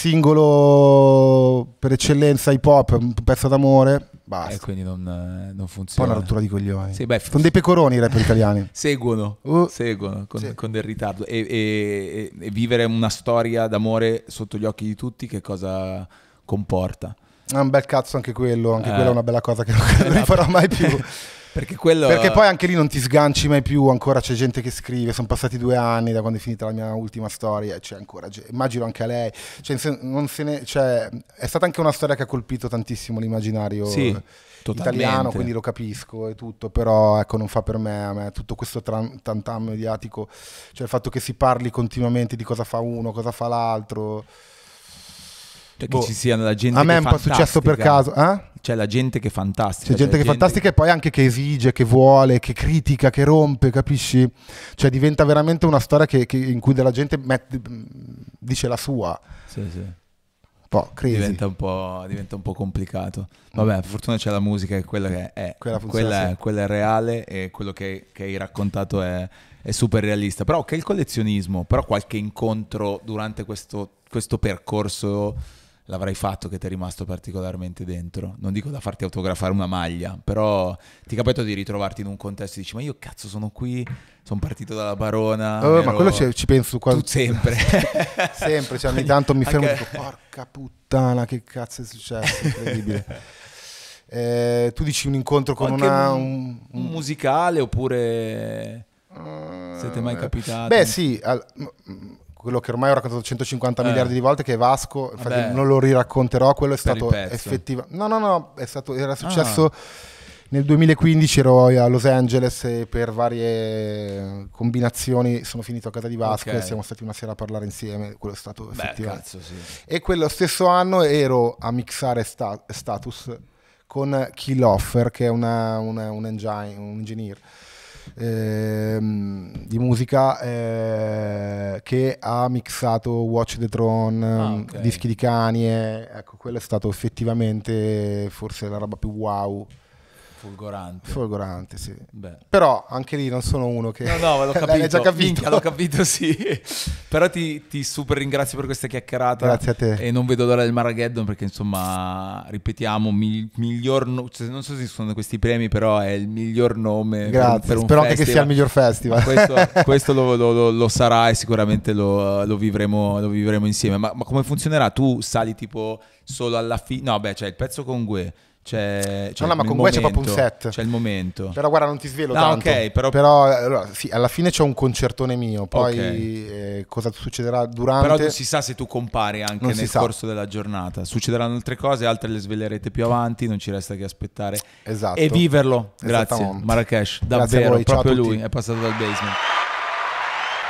singolo per eccellenza hip hop, un pezzo d'amore, basta. E quindi non, non funziona. Poi una rottura di coglioni. Sì, beh, sono dei pecoroni i rapper italiani. Seguono, uh. seguono con, sì. con del ritardo. E, e, e vivere una storia d'amore sotto gli occhi di tutti, che cosa comporta? È un bel cazzo anche quello, anche eh. quella è una bella cosa che non, non rifarò mai più. Perché, quello... Perché poi anche lì non ti sganci mai più, ancora c'è gente che scrive, sono passati due anni da quando è finita la mia ultima storia, c'è ancora, immagino anche a lei, cioè, non se ne, cioè, è stata anche una storia che ha colpito tantissimo l'immaginario sì, italiano, quindi lo capisco e tutto, però ecco non fa per me, a me tutto questo tantam mediatico, cioè il fatto che si parli continuamente di cosa fa uno, cosa fa l'altro... Cioè boh. Che ci sia la gente a me che è un po' successo per caso, eh? C'è la gente che è fantastica. C'è gente che è fantastica e poi anche che esige, che vuole, che critica, che rompe, capisci? Cioè diventa veramente una storia che, che in cui della gente mette, dice la sua. Sì, sì. Po', diventa, un po', diventa un po' complicato. Vabbè, per fortuna c'è la musica, che quella che è, quella, quella, è, quella è reale e quello che, che hai raccontato è, è super realista. Però che il collezionismo, però qualche incontro durante questo, questo percorso l'avrai fatto che ti è rimasto particolarmente dentro. Non dico da farti autografare una maglia, però ti è capitato di ritrovarti in un contesto e dici: ma io cazzo sono qui, sono partito dalla Barona. Oh, ero... Ma quello ci, ci penso quando... Tu sempre. Sempre, cioè ogni tanto mi fermo anche... e dico: porca puttana, che cazzo è successo, incredibile. eh, tu dici un incontro con anche una... Un, un musicale oppure... Uh, siete mai capitati? Beh sì, al... quello che ormai ho raccontato centocinquanta eh. miliardi di volte, che è Vasco, infatti Vabbè. non lo riracconterò, quello è stato effettivamente... No, no, no, è stato, era successo ah. nel duemilaquindici, ero a Los Angeles e per varie combinazioni sono finito a casa di Vasco okay. e siamo stati una sera a parlare insieme, quello è stato effettivamente. Beh, cazzo, sì. E quello stesso anno ero a mixare sta- Status con Kill Offer, che è una, una, un, engine, un engineer. Eh, di musica eh, che ha mixato Watch the Throne, ah, okay. dischi di Kanye, ecco, quello è stato effettivamente forse la roba più wow. Folgorante. Folgorante, sì. Beh. Però anche lì non sono uno che... No, no, l'ho capito. L'hai già capito. Minchia, l'ho capito, sì. Però ti, ti super ringrazio per questa chiacchierata. Grazie a te. E non vedo l'ora del Marrageddon perché, insomma, ripetiamo, mi, miglior... No, cioè, non so se sono questi premi, però è il miglior nome. Grazie, per, per un spero festival. Anche che sia il miglior festival. Questo, questo lo, lo, lo, lo sarà e sicuramente lo, lo, vivremo, lo vivremo insieme. Ma, ma come funzionerà? Tu sali tipo solo alla fine? No, beh, cioè il pezzo con Gue... c'è, c'è no, no, ma il con Gue c'è proprio un momento, set. c'è il momento. Però guarda, non ti svelo No, tanto. ok, però- Però, allora, sì, alla fine c'è un concertone mio, poi Ok. eh, cosa succederà durante... Però non si sa se tu compari anche Non si nel sa. corso della giornata. Succederanno altre cose, altre le svelerete più avanti, non ci resta che aspettare Esatto. e viverlo. Grazie Esattamente. Marrakesh, Grazie a davvero, voi, ciao a proprio tutti. lui è passato dal basement.